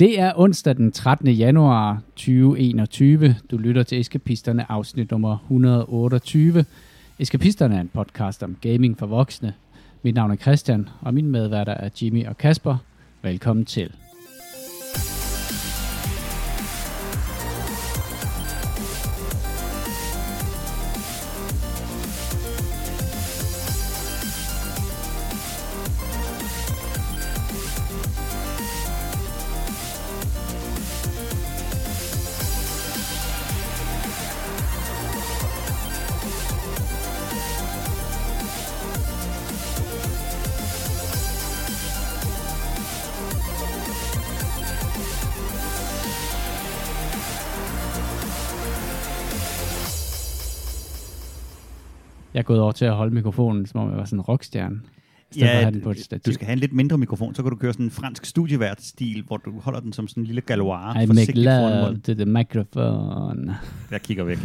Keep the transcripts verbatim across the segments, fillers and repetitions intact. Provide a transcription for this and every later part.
Det er onsdag den trettende januar tyve enogtyve. Du lytter til Eskapisterne, afsnit nummer et hundrede og otteogtyve. Eskapisterne er en podcast om gaming for voksne. Mit navn er Christian, og mine medværter er Jimmy og Kasper. Velkommen til. Jeg er gået over til at holde mikrofonen, som om jeg var sådan en rockstjerne. Ja, den på et du skal have en lidt mindre mikrofon, så kan du køre sådan en fransk studievært-stil, hvor du holder den som sådan en lille galoire. I make love to the microphone. Jeg kigger væk.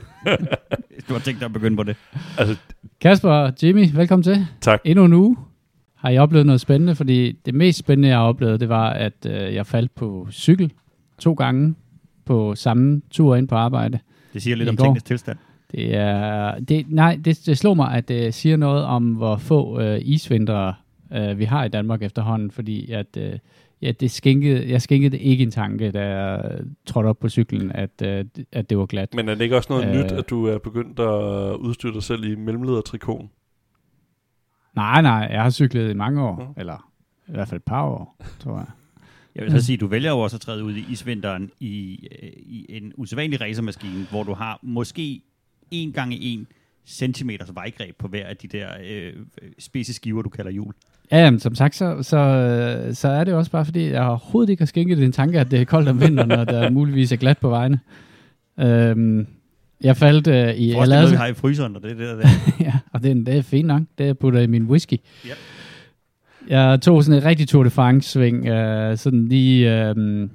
Du har tænkt dig at begynde på det. Altså, Kasper og Jimmy, velkommen til. Tak. Endnu en uge. Har I oplevet noget spændende? Fordi det mest spændende, jeg har oplevet, det var, at øh, jeg faldt på cykel to gange på samme tur ind på arbejde. Det siger lidt om tingens tilstand. Det er, det, nej, det, det slog mig, at det siger noget om, hvor få øh, isvintere øh, vi har i Danmark efterhånden, fordi at, øh, ja, det skænkede, jeg skænkede ikke en tanke, da jeg trådte op på cyklen, at, øh, at det var glat. Men er det ikke også noget øh, nyt, at du er begyndt at udstyre dig selv i mellemledertrikoten? Nej, nej, jeg har cyklet i mange år, mm. eller i hvert fald et par år, tror jeg. Jeg vil så sige, du vælger jo også at træde ud i isvinteren i, i en usædvanlig racermaskine, hvor du har måske en gange en centimeters vejgreb på hver af de der øh, spidse skiver, du kalder hjul. Ja, men som sagt, så, så, så er det også bare fordi, jeg overhovedet ikke har skænket den tanke, at det er koldt om vinteren, og der muligvis er glat på vejene. Øhm, jeg faldt øh, i... Forst det noget, vi har i fryseren, og det er det der. Ja, og det er, det er fint nok. Det er putter i min whisky. Yep. Jeg tog sådan et rigtig Tour de France-sving, øh, sådan lige... Øh,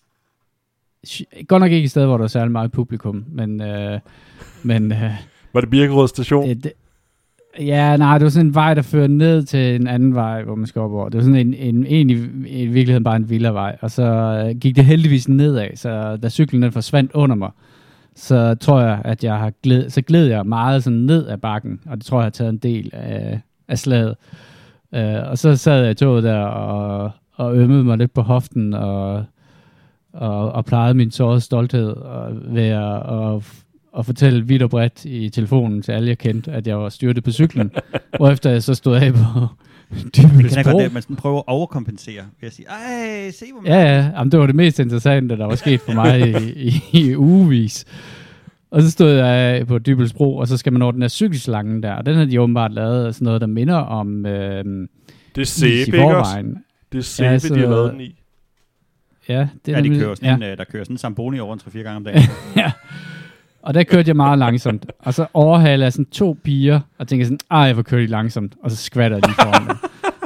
godt nok ikke et sted, hvor der er særlig meget publikum, men... Øh, men øh, var det Birkerød station? Det, det, ja, nej, det var sådan en vej, der fører ned til en anden vej, hvor man skal op over. Det var sådan en, en, en, en i virkeligheden bare en villavej, og så øh, gik det heldigvis nedad, så da cyklen den forsvandt under mig, så tror jeg, at jeg har gled, så gled jeg meget sådan ned ad bakken, og det tror jeg har taget en del af, af slaget. Øh, og så sad jeg i toget der og, og ømmede mig lidt på hoften, og, og, og plejede min sårede stolthed og ved at og, og fortælle vidt og bredt i telefonen til alle, jeg kendte, at jeg var styrtet på cyklen, hvorefter jeg så stod af på Dybbøls Bro. Det man sådan prøver at overkompensere ved at sige, ej, se hvor meget. Ja, ja, jamen, det var det mest interessante, der var sket for mig i, i, i ugevis. Og så stod jeg på Dybbøls Bro, og så skal man over den her cykelslangen der, og den har de åbenbart lavet sådan noget, der minder om øh, det er sæbe, ikke også? Det er sæbe, ja, så, de har lavet den i. Ja, det er ja, de kører sådan, ja. Der kører sådan en Zamboni over en tre fire gange om dagen. Ja. Og der kørte jeg meget langsomt. Og så overhalede jeg sådan to piger, og tænkte sådan, ej, hvor kører de langsomt. Og så skvatter de foran mig.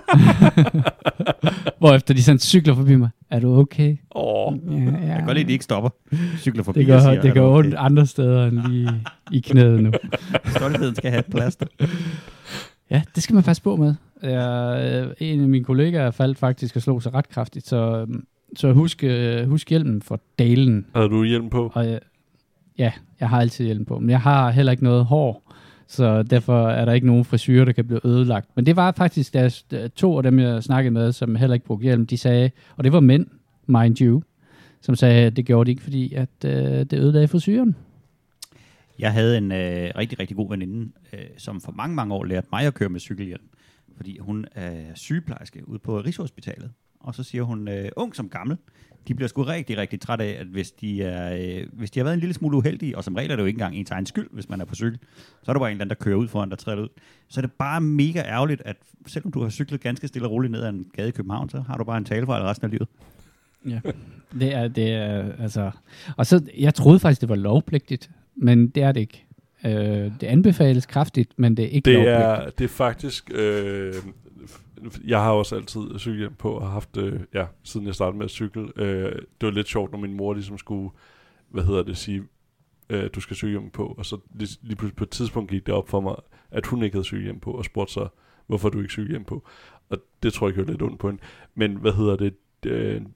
Hvorefter de sådan cykler forbi mig. Er du okay? Åh. Ja, ja. Jeg kan godt lide, at de ikke stopper. Cykler forbi det gør, og siger, det gør okay? ondt andre steder end lige i knæet nu. Stoltheden skal have et plaster. Ja, det skal man faktisk på med. Jeg, en af mine kollegaer faldt faktisk og slog sig ret kraftigt, så, så husk, husk hjelmen for dalen. Havde du hjelm på? Og jeg, ja, jeg har altid hjelm på, men jeg har heller ikke noget hår, så derfor er der ikke nogen frisyrer, der kan blive ødelagt. Men det var faktisk deres, to af dem, jeg snakkede med, som heller ikke brugte hjelm, de sagde, og det var mænd, mind you, som sagde, at det gjorde de ikke, fordi at, øh, det ødelagde frisyren. Jeg havde en øh, rigtig, rigtig god veninde, øh, som for mange, mange år lærte mig at køre med cykelhjelm, fordi hun er sygeplejerske ude på Rigshospitalet. Og så siger hun, øh, ung som gammel, de bliver sgu rigtig, rigtig træt af, at hvis de, er, øh, hvis de har været en lille smule uheldige, og som regel er det jo ikke engang ens egen skyld, hvis man er på cykel, så er der bare en eller anden, der kører ud foran, der træder ud. Så er det bare mega ærgerligt, at selvom du har cyklet ganske stille og roligt ned ad en gade i København, så har du bare en talefejl resten af livet. Ja, det er, det er, altså... Og så, jeg troede faktisk, det var lovpligtigt, men det er det ikke. Øh, det anbefales kraftigt, men det er ikke det lovpligtigt. Er, det er faktisk... Øh, jeg har også altid cykelhjelm på, og har haft øh, ja, siden jeg startede med at cykle. Øh, det var lidt sjovt, når min mor ligesom skulle, hvad hedder det, sige, øh, du skal cykelhjelm på, og så lige, lige pludselig på et tidspunkt gik det op for mig, at hun ikke havde cykelhjelm på, og spurgte så, hvorfor du ikke cykelhjelm på. Og det tror jeg ikke lidt ondt på hende. Men hvad hedder det, øh,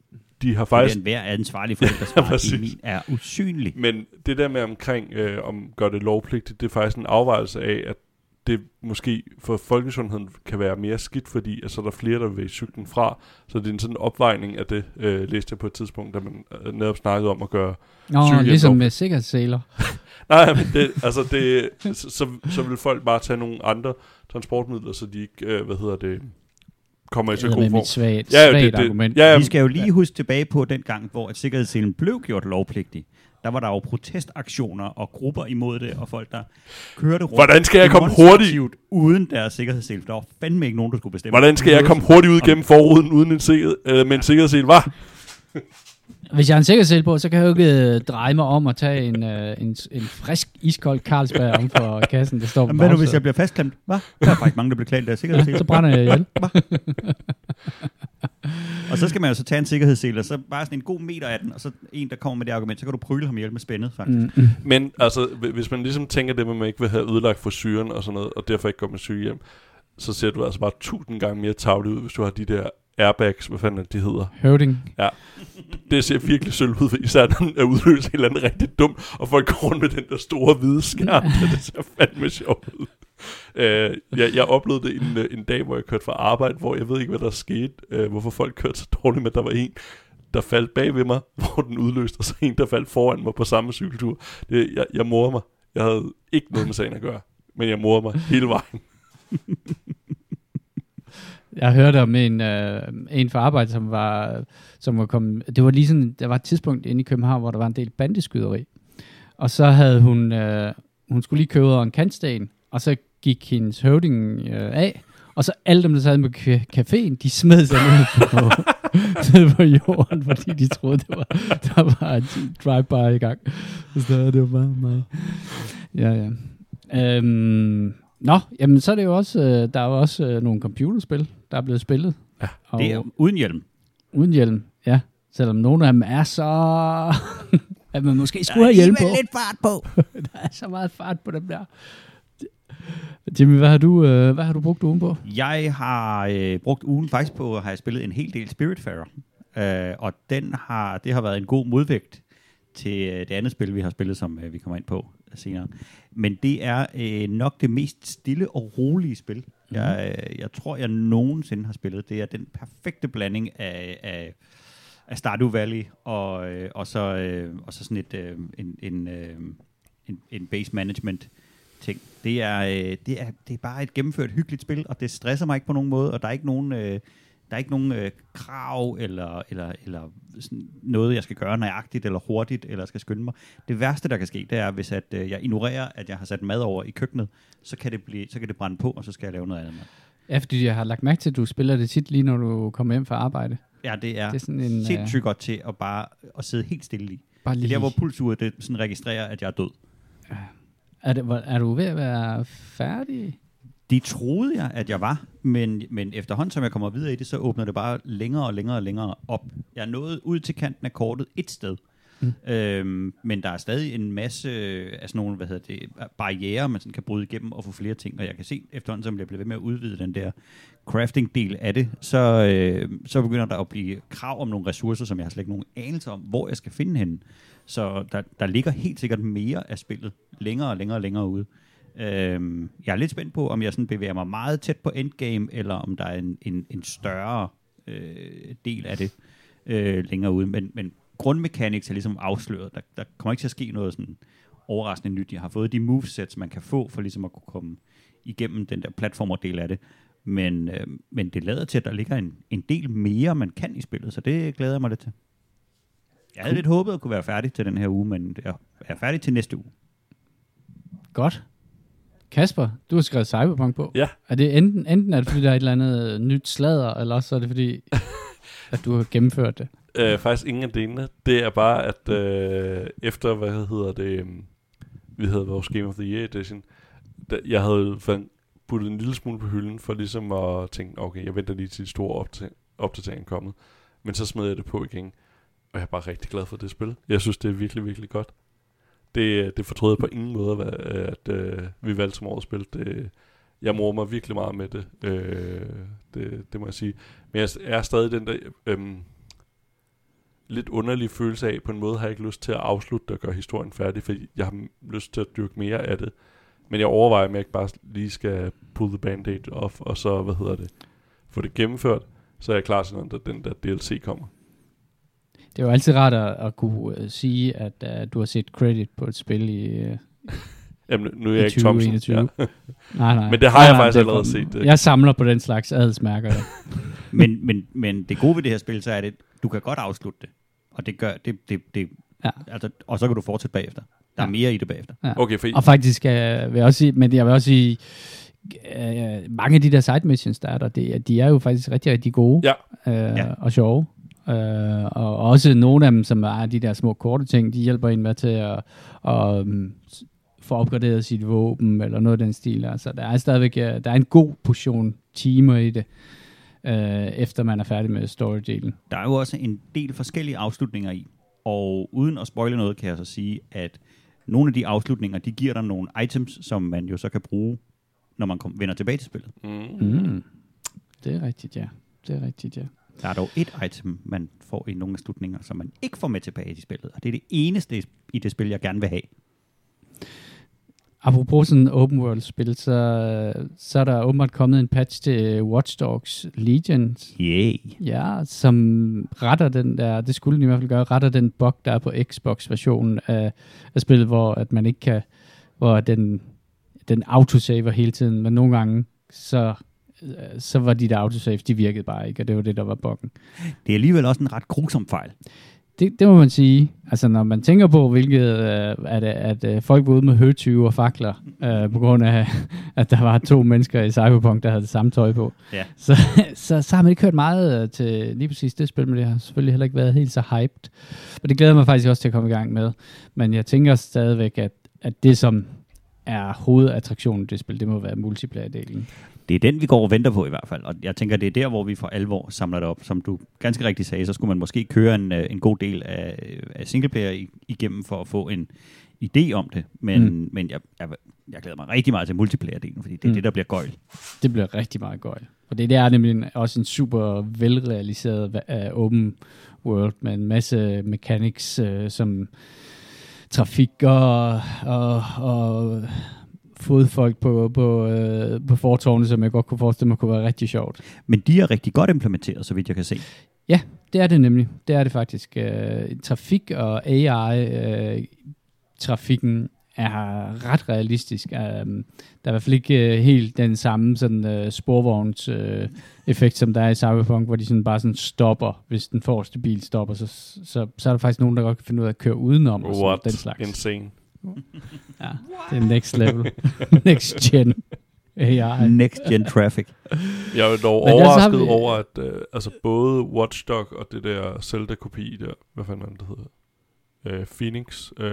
de har Fordi faktisk... enhver ansvarlig forældresvar er usynlig. Men det der med omkring, øh, om gør det lovpligtigt, det er faktisk en afvejelse af, at det måske for folkesundheden kan være mere skidt, fordi at så er der flere, der vil cyklen fra. Så det er en sådan opvejning af det, øh, læste jeg på et tidspunkt, da man øh, netop snakkede om at gøre Nå, ligesom med sikkerhedsseler. Nej, men det, altså det, så, så, så vil folk bare tage nogle andre transportmidler, så de ikke, øh, hvad hedder det, kommer i så god form. Svagt, ja, svagt det, det, argument. Ja, ja, Vi skal jo lige huske tilbage på den gang, hvor at sikkerhedsselen blev gjort lovpligtig. Der var der jo protestaktioner og grupper imod det, og folk, der kørte rundt. Hvordan skal jeg komme hurtigt uden deres sikkerhedssel? Der var fandme ikke nogen, der skulle bestemme. Hvordan skal jeg komme hurtigt ud gennem forruden uden en sikkerhed, øh, med en sikkerhedssel? Hvad? Hvis jeg har en sikkerhedssel på, så kan jeg jo ikke dreje mig om at tage en, uh, en, en frisk, iskold Carlsberg om for kassen, der står på. Men nu, hvis jeg bliver fastklemt, hvad? Der er faktisk mange, der bliver klaget af sikkerhedssel. Ja, så brænder jeg ihjel. Og så skal man jo så tage en sikkerhedssel, og så bare sådan en god meter af den, og så en, der kommer med det argument, så kan du prøve ham ihjel med spændet, faktisk. Mm-hmm. Men altså, hvis man ligesom tænker det, at man ikke vil have ødelagt for syren og sådan noget, og derfor ikke går med syge hjem, så ser du altså bare tusind gange mere tavlet ud, hvis du har de der airbags, hvad fanden de hedder. Høvding. Ja. Det ser virkelig sølv ud, især når den er udløst helt andet rigtig dum, og folk går rundt med den der store hvide skærm, det ser fandme sjovt ud. Uh, jeg, jeg oplevede det en, en dag, hvor jeg kørte fra arbejde, hvor jeg ved ikke, hvad der skete, uh, hvorfor folk kørte så dårligt, men der var en, der faldt bag ved mig, hvor den udløste, og så en, der faldt foran mig på samme cykeltur. Det, jeg, jeg morede mig. Jeg havde ikke noget med sagen at gøre, men jeg morede mig hele vejen. Jeg hørte om en, øh, en for arbejde, som var, som var kommet, det var lige sådan, der var et tidspunkt inde i København, hvor der var en del bandeskyderi. Og så havde hun, øh, hun skulle lige købe en kantsten, og så gik hendes høvding øh, af, og så alle dem, der sad med caféen, de smed sig ned på, ned på jorden, fordi de troede, det var, der var et drive-by i gang. Så det var bare mig. Ja, ja. Øhm, Nå, jamen så er det jo også, øh, der er jo også øh, nogle computerspil, der er blevet spillet. Ja, og det er uden hjelm. Uden hjelm, ja. Selvom nogle af dem er så... at man måske skulle have hjelm på. Der er lidt fart på. Der er så meget fart på dem der. Jimmy, hvad har du, øh, hvad har du brugt ugen på? Jeg har øh, brugt ugen faktisk på, har jeg spillet en hel del Spiritfarer. Øh, og den har, det har været en god modvægt til øh, det andet spil, vi har spillet, som øh, vi kommer ind på senere. Men det er øh, nok det mest stille og rolige spil, mm-hmm. jeg, jeg tror, jeg nogensinde har spillet. Det er den perfekte blanding af, af, af Stardew Valley og, øh, og, så, øh, og så sådan et, øh, en, en, øh, en, en base management ting. Det er, øh, det, er, det er bare et gennemført hyggeligt spil, og det stresser mig ikke på nogen måde, og der er ikke nogen... Øh, Der er ikke nogen øh, krav eller, eller, eller sådan noget, jeg skal gøre nøjagtigt eller hurtigt, eller skal skynde mig. Det værste, der kan ske, det er, hvis at, øh, jeg ignorerer, at jeg har sat mad over i køkkenet, så kan, det blive, så kan det brænde på, og så skal jeg lave noget andet mad. Ja, fordi jeg har lagt mærke til, at du spiller det tit lige, når du kommer hjem fra arbejde. Ja, det er, det er sådan en, sindssygt godt til at bare at sidde helt stille i. Bare lige. Det er der, hvor pulsuret det sådan registrerer, at jeg er død. Ja. Er, det, er du ved at være færdig? Det troede jeg, at jeg var, men, men efterhånden, som jeg kommer videre i det, så åbner det bare længere og længere og længere op. Jeg er nået ud til kanten af kortet et sted, mm. øhm, men der er stadig en masse af sådan nogle, hvad hedder det, barrierer, man sådan kan bryde igennem og få flere ting, og jeg kan se efterhånden, som jeg bliver ved med at udvide den der crafting-del af det, så, øh, så begynder der at blive krav om nogle ressourcer, som jeg har slet ikke nogen anelse om, hvor jeg skal finde henne. Så der, der ligger helt sikkert mere af spillet længere og længere og længere ude. Øhm, jeg er lidt spændt på, om jeg sådan bevæger mig meget tæt på endgame, eller om der er en, en, en større øh, del af det øh, længere ude. Men, men grundmekaniks er ligesom afsløret. Der, der kommer ikke til at ske noget sådan overraskende nyt. Jeg har fået de movesets, man kan få, for ligesom at kunne komme igennem den der platformerdel af det. Men, øh, men det lader til, at der ligger en, en del mere, man kan i spillet, så det glæder jeg mig lidt til. Jeg havde cool. lidt håbet at kunne være færdig til den her uge, men jeg er færdig til næste uge. Godt. Kasper, du har skrevet Cyberpunk på. Ja. Er det enten, enten er det, fordi der er et eller andet nyt sladder, eller også er det, fordi at du har gennemført det? Øh, faktisk ingen af delene. Det er bare, at øh, efter, hvad hedder det, vi havde vores Game of the Year edition, da, jeg havde puttet en lille smule på hylden, for ligesom at tænke, okay, jeg venter lige til de store opdatering er kommet. Men så smed jeg det på igen, og jeg er bare rigtig glad for det spil. Jeg synes, det er virkelig, virkelig godt. Det, det fortrød på ingen måde, at, at, at vi valgte som årets spil. Det, jeg morer mig virkelig meget med det. Øh, det. Det må jeg sige. Men jeg er stadig den der... Øhm, lidt underlig følelse af, på en måde har jeg ikke lyst til at afslutte og gøre historien færdig, fordi jeg har lyst til at dyrke mere af det. Men jeg overvejer, om jeg ikke bare lige skal pull the band-aid off, og så, hvad hedder det, få det gennemført, så er jeg klar til, når den der D L C kommer. Det er jo altid rart at, at kunne uh, sige, at uh, du har set credit på et spil i... Uh, Jamen, nu er jeg ikke Thomsen. Ja. nej, nej. Men det har nej, jeg nej, faktisk det allerede for, set. Jeg samler på den slags adelsmærker. Ja. men, men, men det gode ved det her spil, så er det, du kan godt afslutte det. Og det gør det, det, det ja. altså, og så kan du fortsætte bagefter. Der er ja. mere i det bagefter. Ja. Okay, for og faktisk uh, vil jeg også sige, men jeg vil også sige, uh, mange af de der side missions, der er der, det, de er jo faktisk rigtig, rigtig gode ja. Uh, ja. og sjove. Uh, og også nogle af dem, som er de der små korte ting, de hjælper en med til at, at um, få opgraderet sit våben, eller noget af den stil. Altså, der er stadigvæk der er en god portion timer i det, uh, efter man er færdig med story-delen. Der er jo også en del forskellige afslutninger i, og uden at spoile noget, kan jeg så sige, at nogle af de afslutninger, de giver dig nogle items, som man jo så kan bruge, når man kom, vender tilbage til spillet. Mm. Mm. Det er rigtigt, ja. Det er rigtigt, ja. Der er dog et item, man får i nogle af slutninger, som man ikke får med tilbage i spillet. Og det er det eneste i det spil, jeg gerne vil have. Apropos sådan open world spil, så, så er der åbenbart kommet en patch til Watch Dogs Legion. Yay. Ja, som retter den der, det skulle den i hvert fald gøre, retter den bug, der er på Xbox-versionen af, af spillet, hvor at man ikke kan, hvor den, den autosaver hele tiden, men nogle gange, så så var de der autosave, de virkede bare ikke, og det var det, der var buggen. Det er alligevel også en ret grusom fejl. Det, det må man sige. Altså, når man tænker på, hvilket, øh, at, at, at folk var ude med høtyve og fakler, øh, på grund af, at der var to mennesker i Cyberpunk, der havde det samme tøj på, ja. så, så, så har man ikke hørt meget til lige præcis det spil, men det har selvfølgelig heller ikke været helt så hyped. Men det glæder mig faktisk også til at komme i gang med. Men jeg tænker stadigvæk, at, at det, som er hovedattraktionen i det spil, det må være multiplayer-delen. Det er den, vi går og venter på i hvert fald, og jeg tænker, det er der, hvor vi for alvor samler det op. Som du ganske rigtigt sagde, så skulle man måske køre en, en god del af, af singleplayer igennem for at få en idé om det, men, mm. men jeg, jeg, jeg glæder mig rigtig meget til multiplayer-delen, fordi det er mm. det, der bliver gøjl. Det bliver rigtig meget gøjl. Og det, det er nemlig en, også en super velrealiseret uh, open world med en masse mechanics, uh, som trafik og... og, og fodfolk på, på, øh, på fortårne, som jeg godt kunne forestille mig kunne være rigtig sjovt. Men de er rigtig godt implementeret, så vidt jeg kan se. Ja, det er det nemlig. Det er det faktisk. Øh, trafik og A I-trafikken øh, er ret realistisk. Øh, der er i hvert fald ikke øh, helt den samme sådan, øh, sporvogns øh, effekt, som der er i Cyberpunk, hvor de sådan bare sådan stopper, hvis den forreste bil stopper, så, så, så er der faktisk nogen, der godt kan finde ud af at køre udenom. Og sådan, den slags. Insane. Ja, det er next level. Next gen A I. Next gen traffic. Jeg er dog overrasket vi... over, at uh, altså både Watchdog og det der Zelda-kopi der, hvad fanden det hedder? Uh, Phoenix. Uh,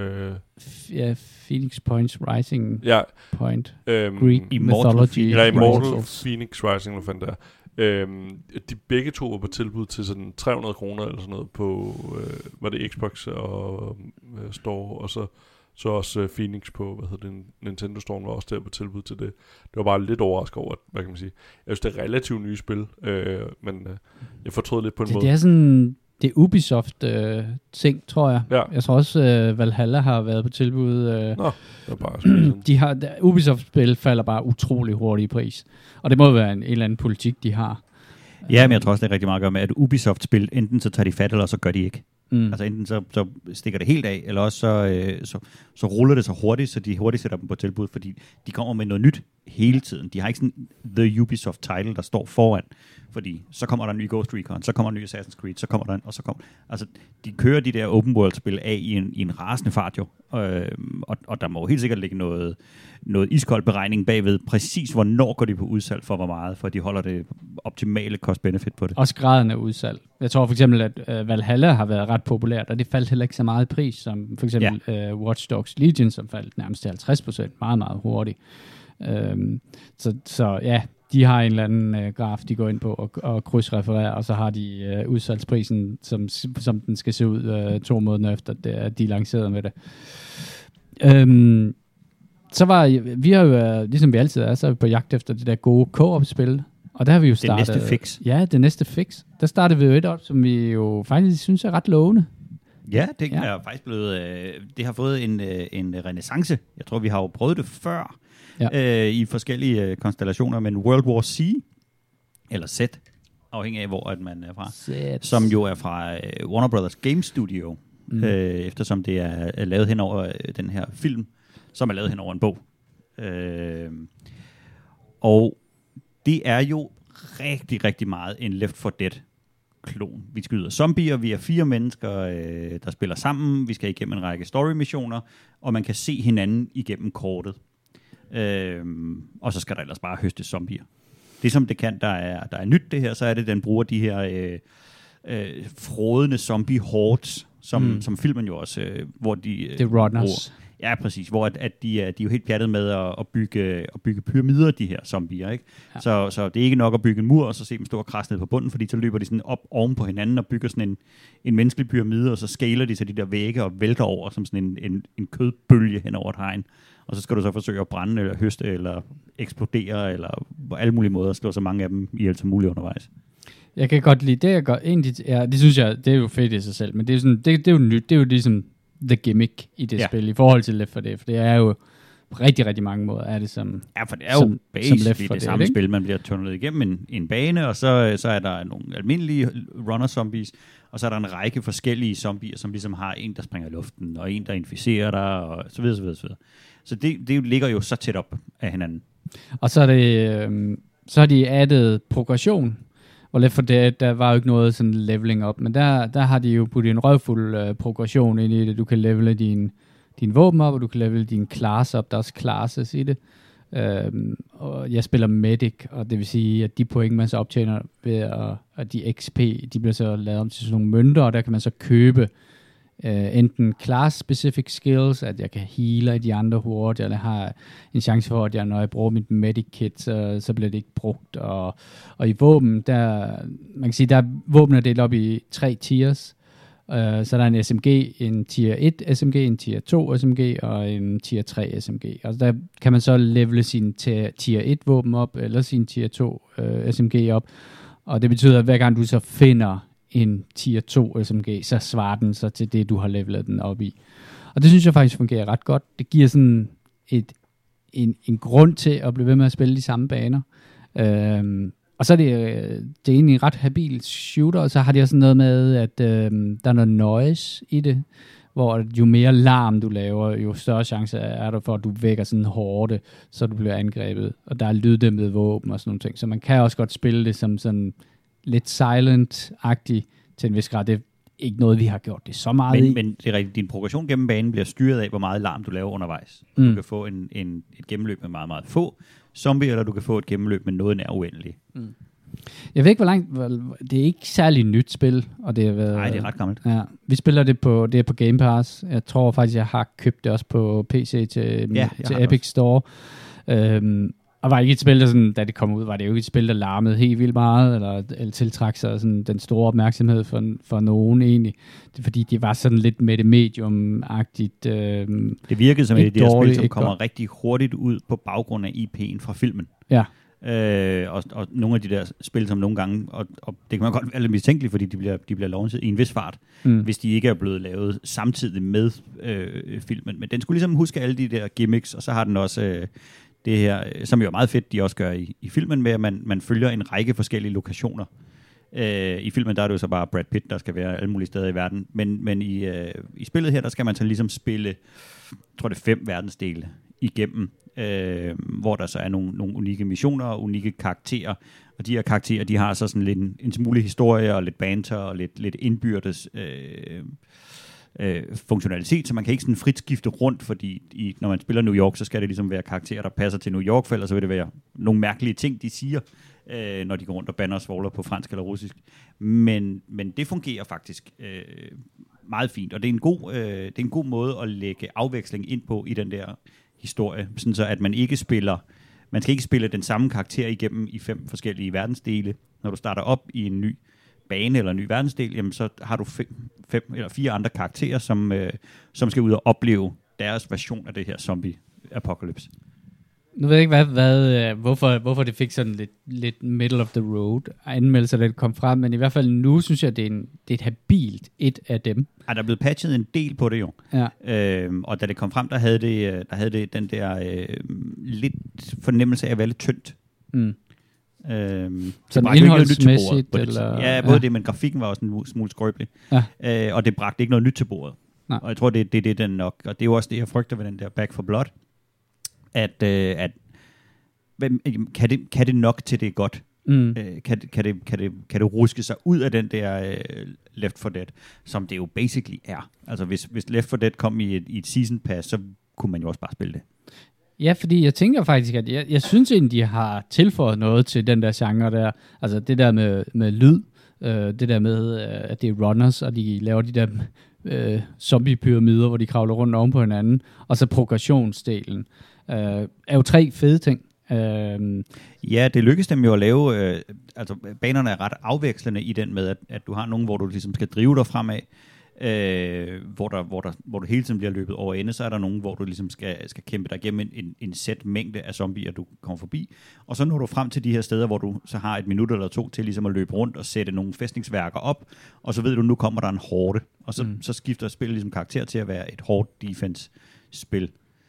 F- ja, Phoenix Points Rising ja, Point. Um, Greek Immortal mythology. Ja, Immortal Phoenix Rising, hvad fanden der. Um, de begge to var på tilbud til sådan tre hundrede kroner eller sådan noget på, uh, var det Xbox og uh, Store, og så Så også uh, Phoenix på, hvad hedder det, Nintendo Store var også der på tilbud til det. Det var bare lidt overrasket over, at, hvad kan man sige. Jeg synes, det er relativt nye spil, øh, men øh, jeg fortrød lidt på en det, måde. Det er sådan, det er Ubisoft øh, ting, tror jeg. Ja. Jeg tror også, øh, Valhalla har været på tilbud. Øh, Nå, det er bare sådan. de har, der, Ubisoft-spil falder bare utrolig hurtigt i pris. Og det må være en, en eller anden politik, de har. Ja, men jeg tror også, det er rigtig meget at gøre med, at Ubisoft-spil, enten så tager de fat, eller så gør de ikke. Mm. Altså enten så, så stikker det helt af, eller også så, øh, så, så ruller det så hurtigt, så de hurtigt sætter dem på tilbud, fordi de kommer med noget nyt hele tiden. De har ikke sådan The Ubisoft title, der står foran, fordi så kommer der en ny Ghost Recon, så kommer der en ny Assassin's Creed, så kommer der en, og så kommer... Altså, de kører de der open world-spil af i en, i en rasende fart jo, øh, og, og der må jo helt sikkert ligge noget, noget iskold beregning bagved, præcis hvornår går de på udsalg for hvor meget, for at de holder det optimale cost-benefit på det. Også graden af udsalg. Jeg tror for eksempel, at uh, Valhalla har været ret populært, og det faldt heller ikke så meget i pris, som for eksempel ja. uh, Watch Dogs Legion, som faldt nærmest til halvtreds procent, meget, meget hurtigt. Um, så, så ja, de har en eller anden uh, graf, de går ind på og, og krydsrefererer, og så har de uh, udsalgsprisen, som, som den skal se ud uh, to måneder efter, det, de lancerede med det. Um, så var vi har jo, ligesom vi altid er, så er vi på jagt efter det der gode co-op-spil. Og der har vi jo startet... Det næste fix. Ja, det næste fix. Der startede vi jo et op, som vi jo faktisk synes er ret lovende. Ja, det Ja. er faktisk blevet... Øh, det har fået en, øh, en renaissance. Jeg tror, vi har jo prøvet det før Ja. øh, i forskellige øh, konstellationer, men World War C, eller Z, afhængig af, hvor at man er fra, Set. som jo er fra øh, Warner Brothers Game Studio, mm. øh, eftersom det er, er lavet hen over øh, den her film, som er lavet hen over en bog. Øh, og det er jo rigtig, rigtig meget en Left four Dead-klon. Vi skyder zombier, vi er fire mennesker, øh, der spiller sammen, vi skal igennem en række story-missioner, og man kan se hinanden igennem kortet. Øh, og så skal der ellers bare høstes zombier. Det som det kan, der er, der er nyt det her, så er det, at den bruger de her øh, øh, frådende zombie-hordes, som, mm. som filmen jo også, øh, hvor de... Øh, The Runners. bruger. Ja, præcis. Hvor at, at de, er, de er jo helt pjattet med at, at, bygge, at bygge pyramider, de her zombier, ikke? Ja. Så, så det er ikke nok at bygge en mur, og så se dem stå og krasse ned på bunden, fordi så løber de sådan op oven på hinanden og bygger sådan en, en menneskelig pyramide, og så scaler de til de der vægge og vælter over som sådan en, en, en kødbølge hen over et hegn. Og så skal du så forsøge at brænde, eller høste, eller eksplodere, eller på alle mulige måder slå så mange af dem ihjel som muligt undervejs. Jeg kan godt lide det, jeg gør egentlig, ja, det synes jeg, det er jo fedt i sig selv, men det er, sådan, det, det er jo nyt, det er jo ligesom the gimmick i det Ja. spil, i forhold til Left four Dead, for det er jo på rigtig, rigtig mange måder, er det som... Ja, for det er jo Som- som Left basically four det Dead, samme ikke? spil. Man bliver tunnlet igennem en, en bane, og så, så er der nogle almindelige runner-zombies, og så er der en række forskellige zombier, som ligesom har en, der springer i luften, og en, der inficerer dig, og så videre, så videre, så videre. Så det, det ligger jo så tæt op af hinanden. Og så er det, øh, så har de addet progression, og Left four Dead, der var jo ikke noget sådan leveling op, men der, der har de jo puttet en røvfuld øh, progression ind i det. Du kan levele din, din våben op, og du kan levele din class op. Der er også classes i det. Øhm, og jeg spiller medic, og det vil sige, at de point, man så optjener ved at, at de X P, de bliver så lavet om til sådan nogle mønter, og der kan man så købe øh, enten class-specific skills, at jeg kan heale de andre hurtigt, eller har en chance for, at jeg, når jeg bruger mit medic-kit, så, så bliver det ikke brugt. Og, og i våben, der, man kan sige, der er våben er delt op i tre tiers. Uh, så der er en S M G, en tier et S M G, en tier to S M G og en tier tre S M G. Altså der kan man så levele sin tier et våben op, eller sin tier to uh, S M G op. Og det betyder, at hver gang du så finder en tier to S M G, så svarer den så til det, du har levelet den op i. Og det synes jeg faktisk fungerer ret godt. Det giver sådan et, en, en grund til at blive ved med at spille de samme baner. Uh, Og så er det, det er egentlig en ret habil shooter, og så har de også noget med, at øh, der er noget noise i det, hvor jo mere larm du laver, jo større chance er der for, at du vækker sådan en horde, så du bliver angrebet. Og der er lyddæmpet våben og sådan nogle ting. Så man kan også godt spille det som sådan lidt silent-agtigt til en vis grad. Det er ikke noget, vi har gjort det så meget Men, i. men det er rigtigt, din progression gennem banen bliver styret af, hvor meget larm du laver undervejs. Mm. Du kan få en, en, et gennemløb med meget, meget få zombier, eller du kan få et gennemløb med noget nær uendeligt. Mm. Jeg ved ikke, hvor langt... Hvor, det er ikke særlig nyt spil, og det har været... Nej, det er ret gammelt. Ja, vi spiller det på, det er på Game Pass. Jeg tror faktisk, jeg har købt det også på P C til, Ja, til Epic Store. Øhm, og var ikke et spil, der sådan, da det kom ud, var det jo ikke et spil, der larmede helt vildt meget, eller, eller tiltrak sig sådan, den store opmærksomhed for, for nogen egentlig. Det er fordi, det var sådan lidt med det medium-agtigt. Øhm, Det virkede som et af de her dårligt, spil, som ikke kommer godt. rigtig hurtigt ud på baggrund af I P'en fra filmen. ja. Øh, og, og nogle af de der spil, som nogle gange, og, og det kan man godt være lidt mistænkeligt, fordi de bliver, de bliver launchet i en vis fart, mm. hvis de ikke er blevet lavet samtidig med øh, filmen. Men den skulle ligesom huske alle de der gimmicks, og så har den også øh, det her, som jo er meget fedt, de også gør i, i filmen, med at man, man følger en række forskellige lokationer. Øh, I filmen der er det jo så bare Brad Pitt, der skal være alle mulige steder i verden, men, men i, øh, i spillet her, der skal man så ligesom spille, jeg tror det er fem verdensdele igennem, øh, hvor der så er nogle, nogle unikke missioner og unikke karakterer, og de her karakterer, de har så sådan lidt en, en smule historie og lidt banter og lidt, lidt indbyrdes øh, øh, funktionalitet, så man kan ikke sådan frit skifte rundt, fordi i, når man spiller New York, så skal det ligesom være karakterer, der passer til New York, for ellers så vil det være nogle mærkelige ting, de siger, øh, når de går rundt og banner og svogler på fransk eller russisk. Men, men det fungerer faktisk øh, meget fint, og det er en god, øh, det er en god måde at lægge afveksling ind på i den der historie, sådan så at man ikke spiller, man skal ikke spille den samme karakter igennem i fem forskellige verdensdele. Når du starter op i en ny bane eller en ny verdensdel, jamen så har du fem, fem eller fire andre karakterer, som, øh, som skal ud og opleve deres version af det her zombie-apocalypse. Nu ved jeg ikke, hvad, hvad, hvorfor, hvorfor det fik sådan lidt, lidt middle of the road anmeldelser, der kom frem, men i hvert fald nu synes jeg, det er, en, det er et habilt et af dem. Ej, der er blevet patchet en del på det jo. Ja. Øhm, og da det kom frem, der havde det, der havde det den der øh, lidt fornemmelse af at være lidt tyndt. Mm. Øhm, sådan indholdsmæssigt? Eller? Ja, både ja. det, men grafikken var også en smule skrøbelig. Ja. Øh, og det bragte ikke noget nyt til bordet. Nej. Og jeg tror, det er det, det, den nok. Og det er jo også det, jeg frygter ved den der Back for Blood. At, øh, at kan, det, kan det nok til det er godt? Mm. Øh, kan, kan, det, kan, det, kan det ruske sig ud af den der øh, Left four Dead, som det jo basically er. Altså hvis, hvis Left four Dead kom i et, i et season pass, så kunne man jo også bare spille det. Ja, fordi jeg tænker faktisk, at jeg, jeg synes egentlig, de har tilføjet noget til den der genre der. Altså det der med, med lyd, øh, det der med, øh, at det er runners, og de laver de der øh, zombie-pyramider, hvor de kravler rundt oven på hinanden, og så progressionsdelen. Øh, er jo tre fede ting. Øh, ja, det lykkes dem jo at lave, øh, altså banerne er ret afvekslende i den med, at, at du har nogen, hvor du ligesom skal drive dig fremad, øh, hvor, der, hvor, der, hvor du hele tiden bliver løbet over ende, så er der nogen, hvor du ligesom skal, skal kæmpe dig igennem en, en, en sæt mængde af zombier, du kommer forbi, og så når du frem til de her steder, hvor du så har et minut eller to til ligesom at løbe rundt og sætte nogle fæstningsværker op, og så ved du, nu kommer der en horde, og så, mm. så skifter spillet ligesom karakter til at være et hårdt defense-spil.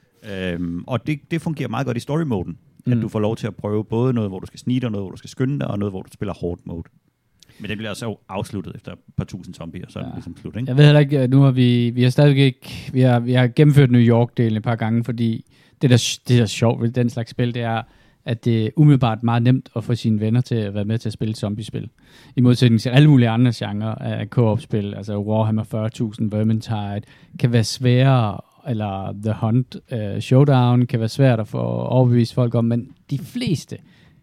Øhm, og det, det fungerer meget godt i story-moden, mm. at du får lov til at prøve både noget, hvor du skal snige dig, noget, hvor du skal skynde dig, og noget, hvor du spiller hårdt mode. Men det bliver så afsluttet efter et par tusind zombier, så er det ja. ligesom slut, ikke? Jeg ved heller ikke, nu har vi, vi har stadig ikke, vi har, vi har gennemført New York-delen et par gange, fordi det der, det der sjovt ved den slags spil, det er, at det er umiddelbart meget nemt at få sine venner til at være med til at spille zombiespil. I modsætning til alle mulige andre genrer af co-op-spil, altså Warhammer fyrre tusind, Vermintide, kan være sværere, eller The Hunt, uh, Showdown, kan være svært at få overbevist folk om, men de fleste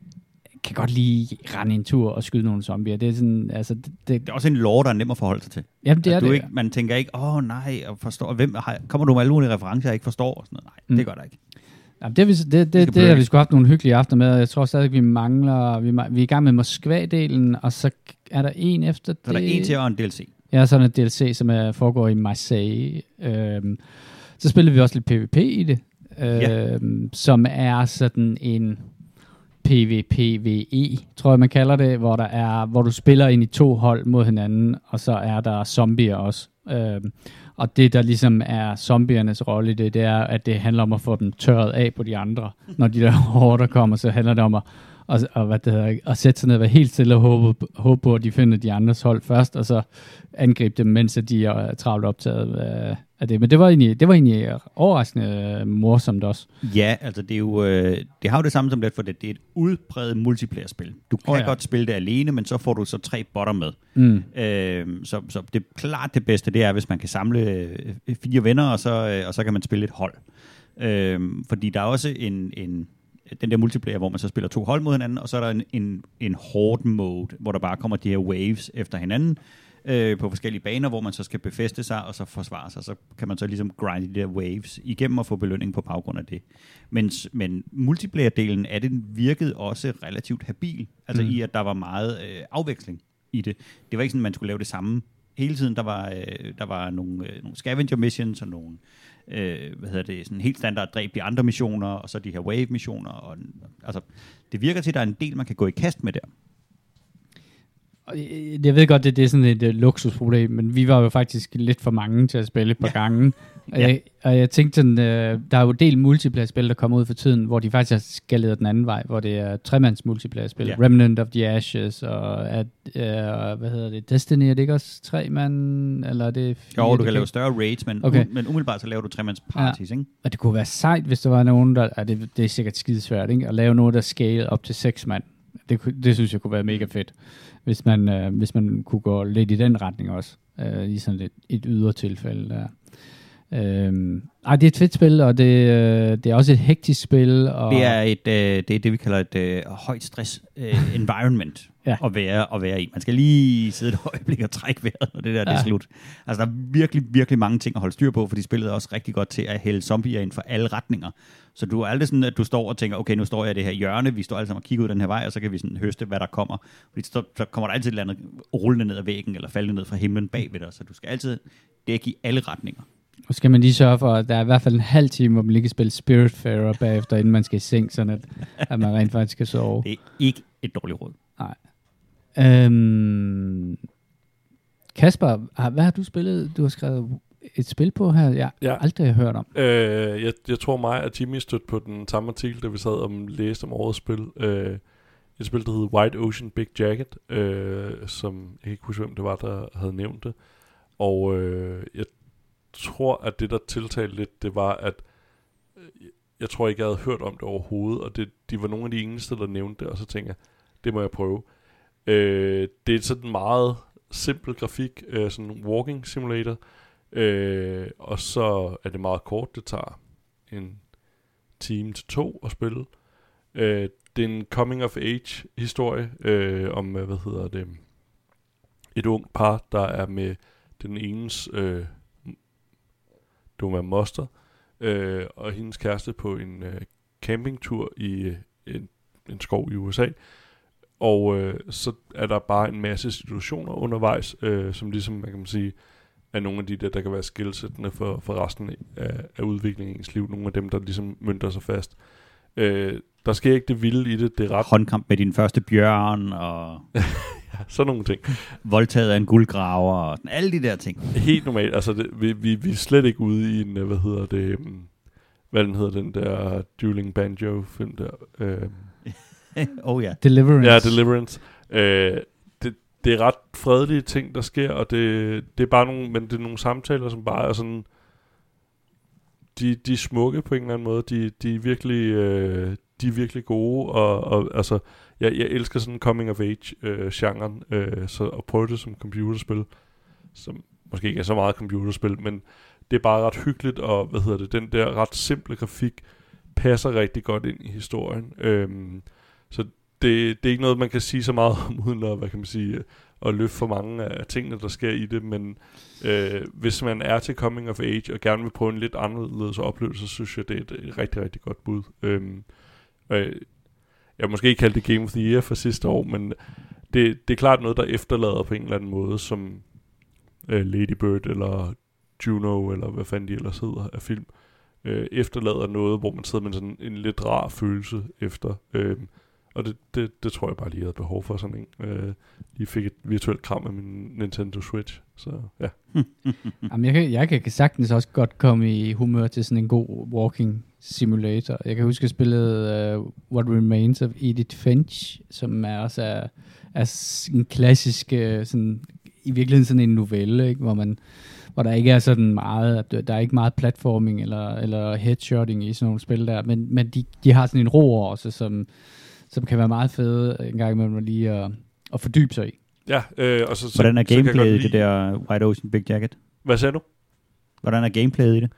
kan godt lige rende en tur og skyde nogle zombier. Det er sådan, altså det, det, det er også en lore, der er nem at forholde sig til. Jamen det er det. Ikke, man tænker ikke, åh oh, nej, og forstår, hvem har, kommer du med alle mulige referencer, jeg ikke forstår? Og sådan noget. Nej, mm. det gør der ikke. Jamen, det, det, det, det, det har vi sgu haft nogle hyggelige aftener med, og jeg tror stadig, vi mangler, vi, vi er i gang med Moskva-delen, og så er der en efter det. Så er der en til og en D L C. Ja, sådan en D L C, som er, foregår i Marseille. Øhm, så spiller vi også lidt PvP i det, øhm, ja. som er sådan en P V P V E, tror jeg man kalder det, hvor der er, hvor du spiller ind i to hold mod hinanden, og så er der zombier også. Øhm, og det der ligesom er zombiernes rolle i det, det er, at det handler om at få dem tørret af på de andre. Når de der horder kommer, så handler det om at, og, og, hvad det hedder, at sætte sig ned og være helt stille og håbe, håbe på, at de finder de andres hold først, og så angribe dem, mens de er travlt optaget af, af det. Men det var egentlig, det var egentlig overraskende morsomt også. Ja, altså det er jo, øh, det har jo det samme som Left four Dead. Det er et udbredt multiplayer-spil. Du kan oh, ja. godt spille det alene, men så får du så tre botter med. Mm. Øh, så, så det er klart det bedste, det er, hvis man kan samle fire venner, og så, og så kan man spille et hold. Øh, fordi der er også en, en den der multiplayer, hvor man så spiller to hold mod hinanden, og så er der en, en, en horde mode, hvor der bare kommer de her waves efter hinanden, øh, på forskellige baner, hvor man så skal befæste sig, og så forsvare sig. Så kan man så ligesom grinde de der waves igennem og få belønning på baggrund af det. Men, men multiplayer-delen af det virkede også relativt habil, altså mm. i, at der var meget øh, afveksling i det. Det var ikke sådan, at man skulle lave det samme hele tiden. Der var, øh, der var nogle, øh, nogle scavenger missions og nogle øh, hvad hedder det, sådan helt standard dræb de andre missioner, og så de her wave missioner. Og, altså, det virker til, at der er en del, man kan gå i kast med der. Jeg ved godt, det, det er sådan et uh, luksusproblem, men vi var jo faktisk lidt for mange til at spille et par ja. gange. Og, ja. jeg, og jeg tænkte sådan, uh, der er jo en del multiplayer-spil, der kommer ud for tiden, hvor de faktisk har skaleret den anden vej, hvor det er tremands multiplayer-spil. Ja. Remnant of the Ashes, og at, uh, hvad hedder det, Destiny, er det ikke også tre mand? Eller er det fire? Jo, du kan lave større raids, men, okay. um, men umiddelbart så laver du tremands parties, ja. ikke? Og det kunne være sejt, hvis der var nogen, der, ja, det, det er sikkert skidesvært, ikke? At lave noget, der scalede op til seks mand. Det, det synes jeg kunne være mega fedt, hvis man, øh, hvis man kunne gå lidt i den retning også, øh, i sådan et, et ydre tilfælde der. Øhm, ej, det er et fedt spil, og det, øh, det er også et hektisk spil. Og det er et, øh, det er det, vi kalder et øh, højt stress øh, environment ja. at, være, at være i. Man skal lige sidde et øjeblik og trække vejret, og det der ja. det er slut. Altså, der er virkelig, virkelig mange ting at holde styr på, fordi spillet er også rigtig godt til at hælde zombier ind for alle retninger. Så du er aldrig sådan, at du står og tænker, okay, nu står jeg i det her hjørne, vi står alle sammen og kigger ud den her vej, og så kan vi sådan høste, hvad der kommer. Fordi så, så kommer der altid et eller andet rullende ned ad væggen, eller faldende ned fra himlen bagved dig, så du skal altid dække i alle retninger. Og skal man lige sørge for, at der er i hvert fald en halv time, hvor man lige kan spille Spiritfarer bagefter, inden man skal i seng, sådan at, at man rent faktisk skal sove. Det er ikke et dårligt råd. Nej. Øhm, Kasper, har, hvad har du spillet? Du har skrevet et spil på her, jeg Ja. aldrig har hørt om. Øh, jeg, jeg tror mig, at Jimmy stødte på den samme artikel, da vi sad og læste om årets spil. Øh, et spil, der hedder White Ocean Big Jacket, øh, som jeg kan ikke huske, hvem det var, der havde nævnt det. Og øh, jeg tror, at det, der tiltalte lidt, det var, at øh, jeg tror ikke, jeg havde hørt om det overhovedet, og det, de var nogle af de eneste, der nævnte det, og så tænkte jeg, det må jeg prøve. Øh, det er sådan meget simpel grafik, øh, sådan en walking simulator, øh, og så er det meget kort, det tager en time til to at spille. Øh, det er en coming of age historie øh, om, hvad hedder det, et ungt par, der er med den enes øh, du er moster, øh, og hendes kæreste på en øh, campingtur i øh, en, en skov i U S A. Og øh, så er der bare en masse situationer undervejs, øh, som ligesom, man kan sige, er nogle af de der, der kan være skilsættende for, for resten af, af udviklingen i ens liv. Nogle af dem, der ligesom mønter sig fast. Øh, der sker ikke det vilde i det. Det er ret... Håndkamp med din første bjørn, og ja, sådan nogle ting. voldtaget af en guldgraver, og sådan, alle de der ting. Helt normalt. Altså, det, vi, vi, vi er slet ikke ude i en, hvad hedder det, hvad den hedder, den der Dueling Banjo-film der. Øh, oh ja. Deliverance. Ja, Deliverance. Øh, det, det er ret fredelige ting, der sker, og det, det er bare nogle, men det er nogle samtaler, som bare er sådan, de, de er smukke på en eller anden måde. De, de er virkelig, øh, de er virkelig gode, og, og altså, jeg, jeg elsker sådan coming of age øh, genren, øh, så at prøve det som computerspil, som måske ikke er så meget computerspil, men det er bare ret hyggeligt, og hvad hedder det, den der ret simple grafik passer rigtig godt ind i historien. Øhm, så det, det er ikke noget, man kan sige så meget om, uden at, hvad kan man sige, at løfte for mange af tingene, der sker i det, men øh, hvis man er til coming of age, og gerne vil prøve en lidt anderledes oplevelse, så synes jeg, det er et rigtig, rigtig godt bud. Øhm, øh, jeg har måske ikke kaldt det Game of the Year for sidste år, men det, det er klart noget, der efterlader på en eller anden måde, som øh, Lady Bird, eller Juno, eller hvad fanden de ellers hedder af film, øh, efterlader noget, hvor man sidder med sådan en lidt rar følelse efter. Øh, og det, det, det tror jeg bare lige havde behov for sådan en. Øh, lige fik et virtuelt kram af min Nintendo Switch. Så ja. Jamen, jeg, kan, jeg kan sagtens også godt komme i humør til sådan en god walking simulator. Jeg kan huske, at jeg spillede uh, What Remains of Edith Finch, som er også er, er en klassisk, uh, sådan, i virkeligheden sådan en novelle, ikke? Hvor man hvor der ikke er sådan meget, der er ikke meget platforming eller, eller headshotting i sådan nogle spil der, men, men de, de har sådan en ro også, som, som kan være meget fede en gang imellem lige at, at fordybe sig i. Ja, øh, og så, så, Hvordan er gameplayet i lide... det der White Ocean Big Jacket? Hvad sagde du? Hvordan er gameplayet i det?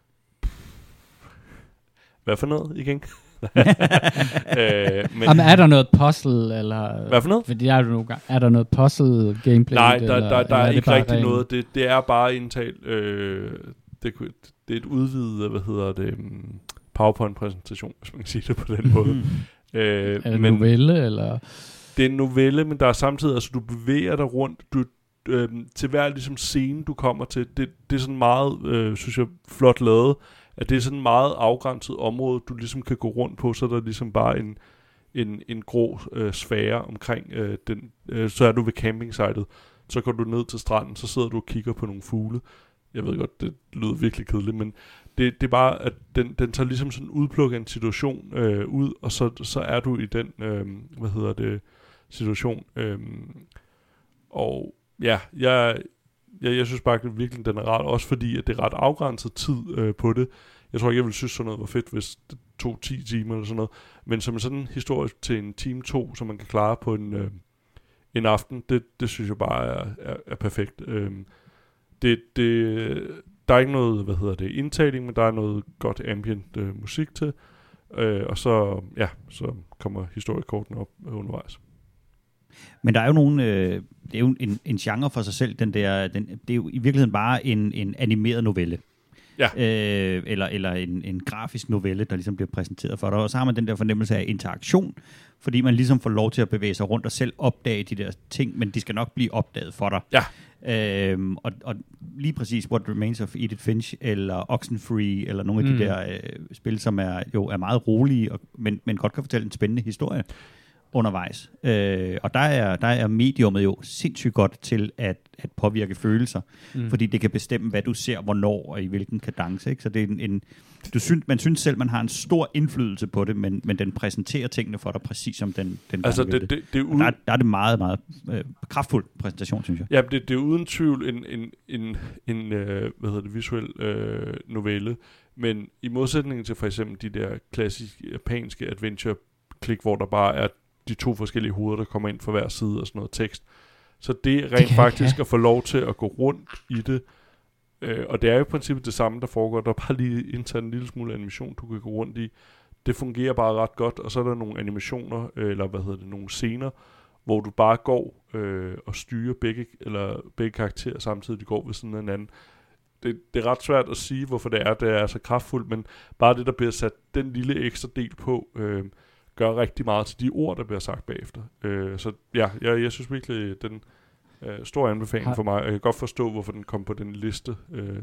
Hvad for noget igen? øh, men Jamen, er der noget puzzle, eller... Hvad for noget? Fordi er der, nogle gange, er der noget puzzle gameplay? Nej, det, der, eller, der, der, der er, er ikke rigtig ren... noget. Det, det er bare indtalt... Øh, det, det er et udvidet, hvad hedder det, PowerPoint-præsentation, hvis man kan sige det på den måde. øh, er det men, novelle, eller... Det er en novelle, men der er samtidig... Altså, du bevæger dig rundt... Du, øh, til hver ligesom, scene, du kommer til. Det, det er sådan meget, øh, synes jeg, flot lavet. At det er sådan et meget afgrænset område, du ligesom kan gå rundt på, så er der ligesom bare en, en, en grå øh, sfære omkring øh, den. Øh, så er du ved campingsitet, så går du ned til stranden, så sidder du og kigger på nogle fugle. Jeg ved godt, det lyder virkelig kedeligt, men det, det er bare, at den, den tager ligesom sådan udplukker en situation øh, ud, og så, så er du i den, øh, hvad hedder det, situation. Øh, og ja, jeg... Jeg, jeg synes bare, at virkelig den er ret, også fordi, at det er ret afgrænset tid øh, på det. Jeg tror ikke, jeg ville synes sådan noget var fedt, hvis det tog ti timer eller sådan noget. Men som sådan en historie til en time to, som man kan klare på en, øh, en aften, det, det synes jeg bare er, er, er perfekt. Øh, det, det, der er ikke noget, hvad hedder det, indtaling, men der er noget godt ambient øh, musik til. Øh, og så, ja, så kommer historiekorten op undervejs. Men der er jo nogen, øh, det er jo en, en genre for sig selv, den der, den, det er jo i virkeligheden bare en, en animeret novelle. Ja. Øh, eller eller en, en grafisk novelle, der ligesom bliver præsenteret for dig. Og så har man den der fornemmelse af interaktion, fordi man ligesom får lov til at bevæge sig rundt og selv opdage de der ting, men de skal nok blive opdaget for dig. Ja. Øhm, og, og lige præcis What Remains of Edith Finch, eller Oxenfree, eller nogle af Mm. de der øh, spil, som er jo er meget rolige, og, men, men godt kan fortælle en spændende historie undervejs. Øh, og der er, der er mediummet jo sindssygt godt til at, at påvirke følelser, mm. fordi det kan bestemme, hvad du ser, hvornår og i hvilken kadence. Ikke? Så det er en, en du synes, man synes selv, man har en stor indflydelse på det, men, men den præsenterer tingene for dig præcis som den, den altså, gerne vil det, det. det, det er uden... der, der er det meget, meget øh, kraftfuld præsentation, synes jeg. Ja, det, det er uden tvivl en, en, en, en øh, hvad hedder det, visuel øh, novelle, men i modsætning til for eksempel de der klassiske japanske adventure-klik, hvor der bare er de to forskellige hoveder, der kommer ind fra hver side og sådan noget tekst. Så det er rent det faktisk at få lov til at gå rundt i det. Øh, og det er jo i princippet det samme, der foregår. Der er bare lige indsat en lille smule animation, du kan gå rundt i. Det fungerer bare ret godt. Og så er der nogle animationer, øh, eller hvad hedder det, nogle scener, hvor du bare går øh, og styrer begge, eller begge karakterer samtidig, de går ved siden af hinanden. Det, det er ret svært at sige, hvorfor det er, det er så kraftfuldt, men bare det, der bliver sat den lille ekstra del på, øh, gør rigtig meget til de ord, der bliver sagt bagefter. Øh, så ja, jeg, jeg synes virkelig, den øh, store anbefaling har... for mig. Jeg kan godt forstå, hvorfor den kom på den liste øh,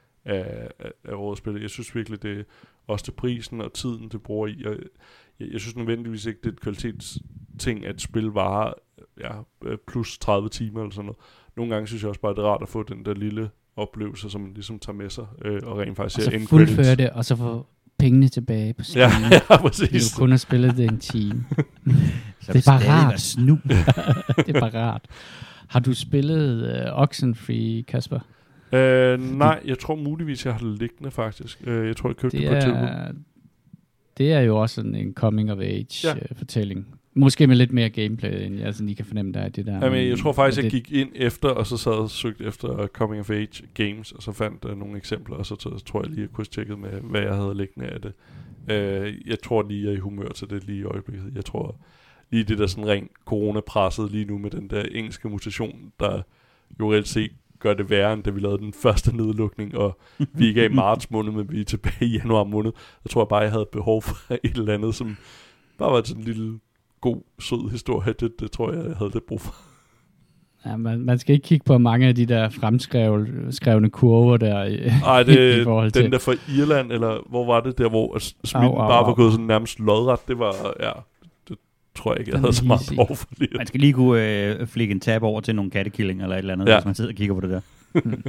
af, af, af årets spil. Jeg synes virkelig, det er også til prisen og tiden, det bruger i. Jeg, jeg, jeg synes nødvendigvis ikke, det er et kvalitetsting, at et spil varer ja, plus tredive timer eller sådan noget. Nogle gange synes jeg også bare, det er rart at få den der lille oplevelse, som man ligesom tager med sig øh, og rent faktisk og ser så end fuldføre credits. det, og så få pengene tilbage på Steam. Ja, ja, præcis. Du kun har spillet det en time. Så det er bare rart. Snu. Det er bare rart. Har du spillet uh, Oxenfree, Kasper? Øh, nej, jeg tror muligvis, jeg har det liggende faktisk. Øh, jeg tror, jeg købte det, det på tilbud. Det er jo også sådan en coming-of-age-fortælling. Ja. Måske med lidt mere gameplay, end jeg sådan lige kan fornemme, der er det der. Jamen, jeg tror faktisk, jeg det... gik ind efter, og så sad og søgte efter coming-of-age games, og så fandt uh, nogle eksempler, og så t- tror jeg lige, at jeg kunne tjekke med, hvad jeg havde liggende af det. Uh, jeg tror lige, jeg er i humør til det lige i øjeblikket. Jeg tror lige det der sådan rent coronapresset lige nu med den der engelske mutation, der jo reelt set gør det værre, end da vi lavede den første nedlukning, og vi ikke er i marts måned, men vi er tilbage i januar måned. Jeg tror bare, jeg havde behov for et eller andet, som bare var sådan en lille god, sød historie. Det, det tror jeg, jeg havde det brug for. Ja, man, man skal ikke kigge på mange af de der fremskrevne kurver der i, Ej, det, i forhold til. Den der fra Irland, eller hvor var det der, hvor smitten au, au, bare au. var gået sådan nærmest lodret. Det var, ja, det tror jeg ikke, jeg havde så meget behov for lige. Man skal lige kunne øh, flikke en tab over til nogle kattekilling eller et eller andet, ja. Hvis man sidder og kigger på det der. hmm.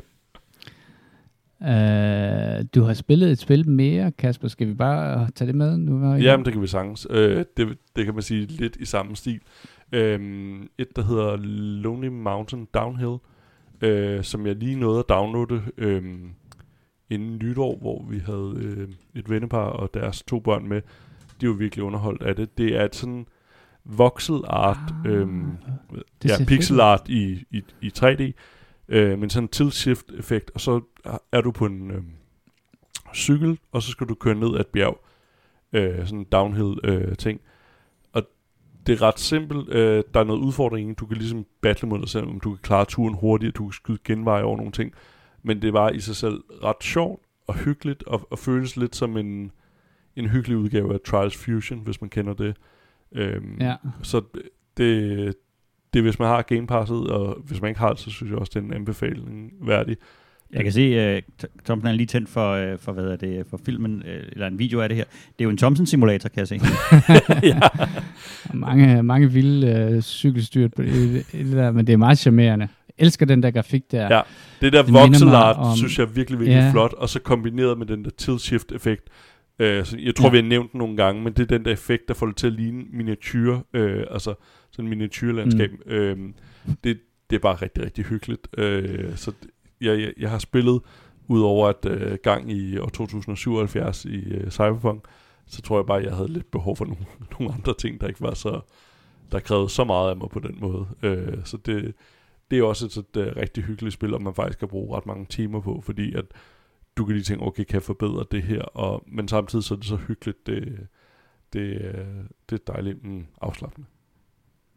Uh, du har spillet et spil mere, Kasper. Skal vi bare tage det med nu? Jamen, det kan vi sagtens. Uh, det, det kan man sige lidt i samme stil. Um, et, der hedder Lonely Mountain Downhill, uh, som jeg lige nåede at downloade um, inden nytår, hvor vi havde uh, et vennepar og deres to børn med. De var virkelig underholdt af det. Det er et sådan voxel art, ah, um, ja, pixel art i, i, i tre D, uh, men sådan en tilt-shift-effekt, og så er du på en øh, cykel, og så skal du køre ned ad et bjerg. Øh, sådan en downhill-ting. Øh, og det er ret simpelt. Øh, der er noget udfordring. Du kan ligesom battle mod dig selv, om du kan klare turen hurtigt, du kan skyde genveje over nogle ting. Men det var i sig selv ret sjovt og hyggeligt, og, og føles lidt som en, en hyggelig udgave af Trials Fusion, hvis man kender det. Øh, ja. Så det, det hvis man har Game Passet, og hvis man ikke har det, så synes jeg også, det er en anbefaling værdig. Jeg kan se, uh, Thomsen er lige tændt for, uh, for, hvad er det, for filmen, uh, eller en video af det her. Det er jo en Thomsen-simulator, kan jeg se. Ja. mange, mange vilde uh, cykelstyrt på det, det der, men det er meget charmerende. Jeg elsker den der grafik der. Ja, det der voxel art, om, synes jeg er virkelig, virkelig ja. flot, og så kombineret med den der tilt-shift-effekt. Uh, så jeg tror, ja. vi har nævnt den nogle gange, men det er den der effekt, der får det til at ligne miniatyr, uh, altså sådan en miniatyrlandskab. Mm. Uh, det, det er bare rigtig, rigtig hyggeligt. Uh, så Jeg, jeg, jeg har spillet, udover at øh, gang i år to tusind syvoghalvfjerds i øh, Cyberpunk, så tror jeg bare, at jeg havde lidt behov for nogle, nogle andre ting, der ikke var så, der krævede så meget af mig på den måde. Øh, så det, det er også et, et, et rigtig hyggeligt spil, og man faktisk kan bruge ret mange timer på, fordi at du kan lige tænke, okay, kan jeg forbedre det her, og, men samtidig så er det så hyggeligt, det, det, det er dejligt mm, afslappende.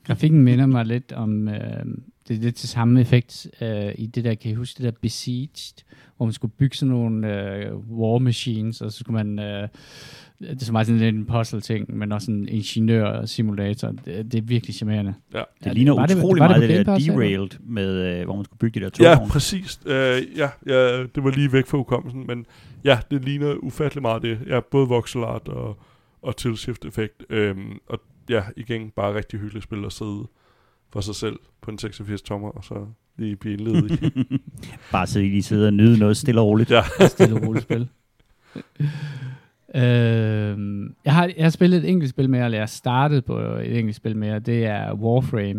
Grafikken minder mig lidt om, øh, det er lidt til samme effekt øh, i det der, kan I huske det der Besieged, hvor man skulle bygge sådan nogle øh, war machines, og så skulle man, øh, det er så meget sådan en puzzle-ting, men også en ingeniør-simulator. Det, det er virkelig charmerende. Ja. Det ligner det, det, utrolig det, det meget det, det der Pass, Derailed, med, øh, hvor man skulle bygge de der tog. Ja, præcis. Uh, ja, ja, det var lige væk fra hukommelsen, men ja, det ligner ufattelig meget det. Ja, både voxel art og, og tilt-shift-effekt. Um, og ja, igen, bare rigtig hyggeligt spil at sidde for sig selv på en seksogfirs tommer, og så lige blive indledet i. Bare sidde lige sidde og nyde noget stille og roligt. Ja. Stille og roligt spil. øh, jeg, har, jeg har spillet et enkelt spil mere, eller jeg har startet på et enkelt spil mere, det er Warframe.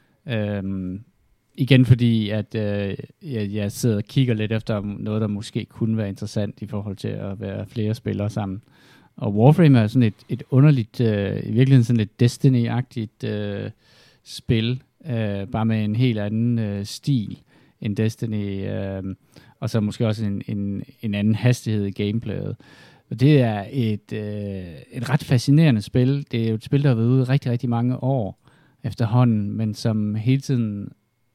Øh, igen fordi, at øh, jeg, jeg sidder og kigger lidt efter noget, der måske kunne være interessant i forhold til at være flere spillere sammen. Og Warframe er sådan et, et underligt, øh, i virkeligheden sådan et Destiny-agtigt øh, spil, øh, bare med en helt anden øh, stil end Destiny, øh, og så måske også en, en, en anden hastighed i gameplayet. Og det er et, øh, et ret fascinerende spil. Det er jo et spil, der har været ude rigtig, rigtig mange år efterhånden, men som hele tiden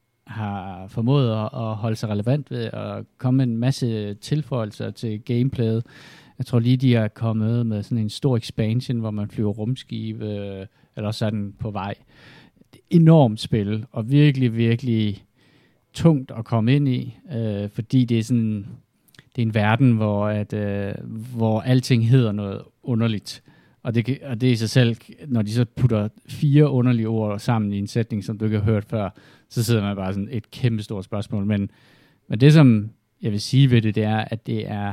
har formået at, at holde sig relevant ved at komme med en masse tilføjelser til gameplayet. Jeg tror lige, de er kommet med sådan en stor expansion, hvor man flyver rumskibe, øh, eller også er den på vej. Det er enormt spil, og virkelig, virkelig tungt at komme ind i, øh, fordi det er sådan, det er en verden, hvor, at, øh, hvor alting hedder noget underligt. Og det, og det i sig selv, når de så putter fire underlige ord sammen i en sætning, som du ikke har hørt før, så sidder man bare sådan et kæmpe stort spørgsmål. Men, men det, som jeg vil sige ved det, det er, at det er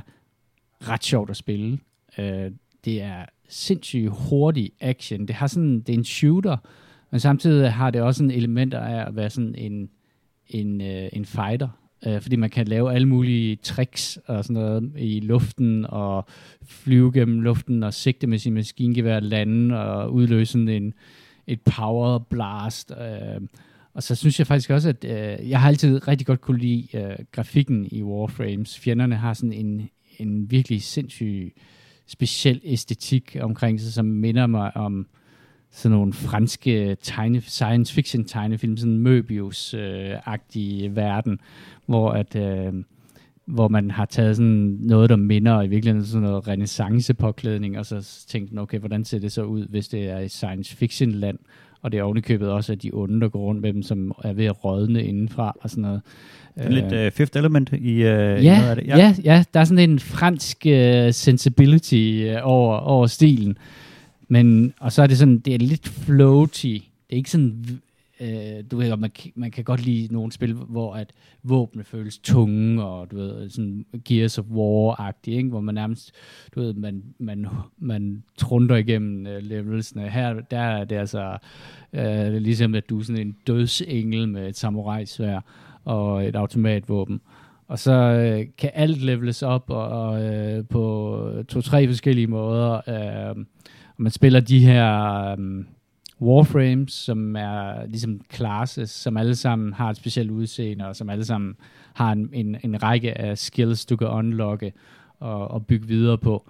ret sjovt at spille. Øh, det er sindssygt hurtig action. Det har sådan, det er en shooter, men samtidig har det også en elementer af at være sådan en, en, øh, en fighter. Øh, fordi man kan lave alle mulige tricks og sådan noget i luften, og flyve gennem luften og sigte med sin maskingevær, lande og udløse sådan en, et power blast. Øh, og så synes jeg faktisk også, at øh, jeg har altid rigtig godt kunne lide øh, grafikken i Warframes. Fjenderne har sådan en en virkelig sindssyg speciel æstetik omkring sig, som minder mig om sådan nogle franske tegne, science fiction tegnefilm, sådan en Möbius-agtig øh, verden, hvor at øh, hvor man har taget sådan noget, der minder i virkeligheden sådan noget renaissance-påklædning, og så tænkt, okay, hvordan ser det så ud, hvis det er et science fiction land, og det er ovenikøbet også af de onde, der går rundt med dem, som er ved at rådne indenfra, og sådan noget. Lidt uh, Fifth Element i, uh, ja, i noget af det. Ja. ja, ja, der er sådan en fransk uh, sensibility uh, over, over stilen. Men, og så er det sådan, det er lidt floaty. Det er ikke sådan, uh, du ved, man, man kan godt lide nogle spil, hvor at våbne føles tunge, og du ved, sådan Gears of War-agtigt, ikke? Hvor man nærmest, du ved, man, man, man trunder igennem uh, levelsene. Her, der er det altså uh, ligesom, at du er sådan en dødsengel med et samurai-sværd og et automatvåben. Og så øh, kan alt leveles op og, og, øh, på to-tre forskellige måder. Øh, og man spiller de her øh, Warframes, som er ligesom classes, som alle sammen har et specielt udseende, og som alle sammen har en, en, en række af skills, du kan unlocke og, og bygge videre på.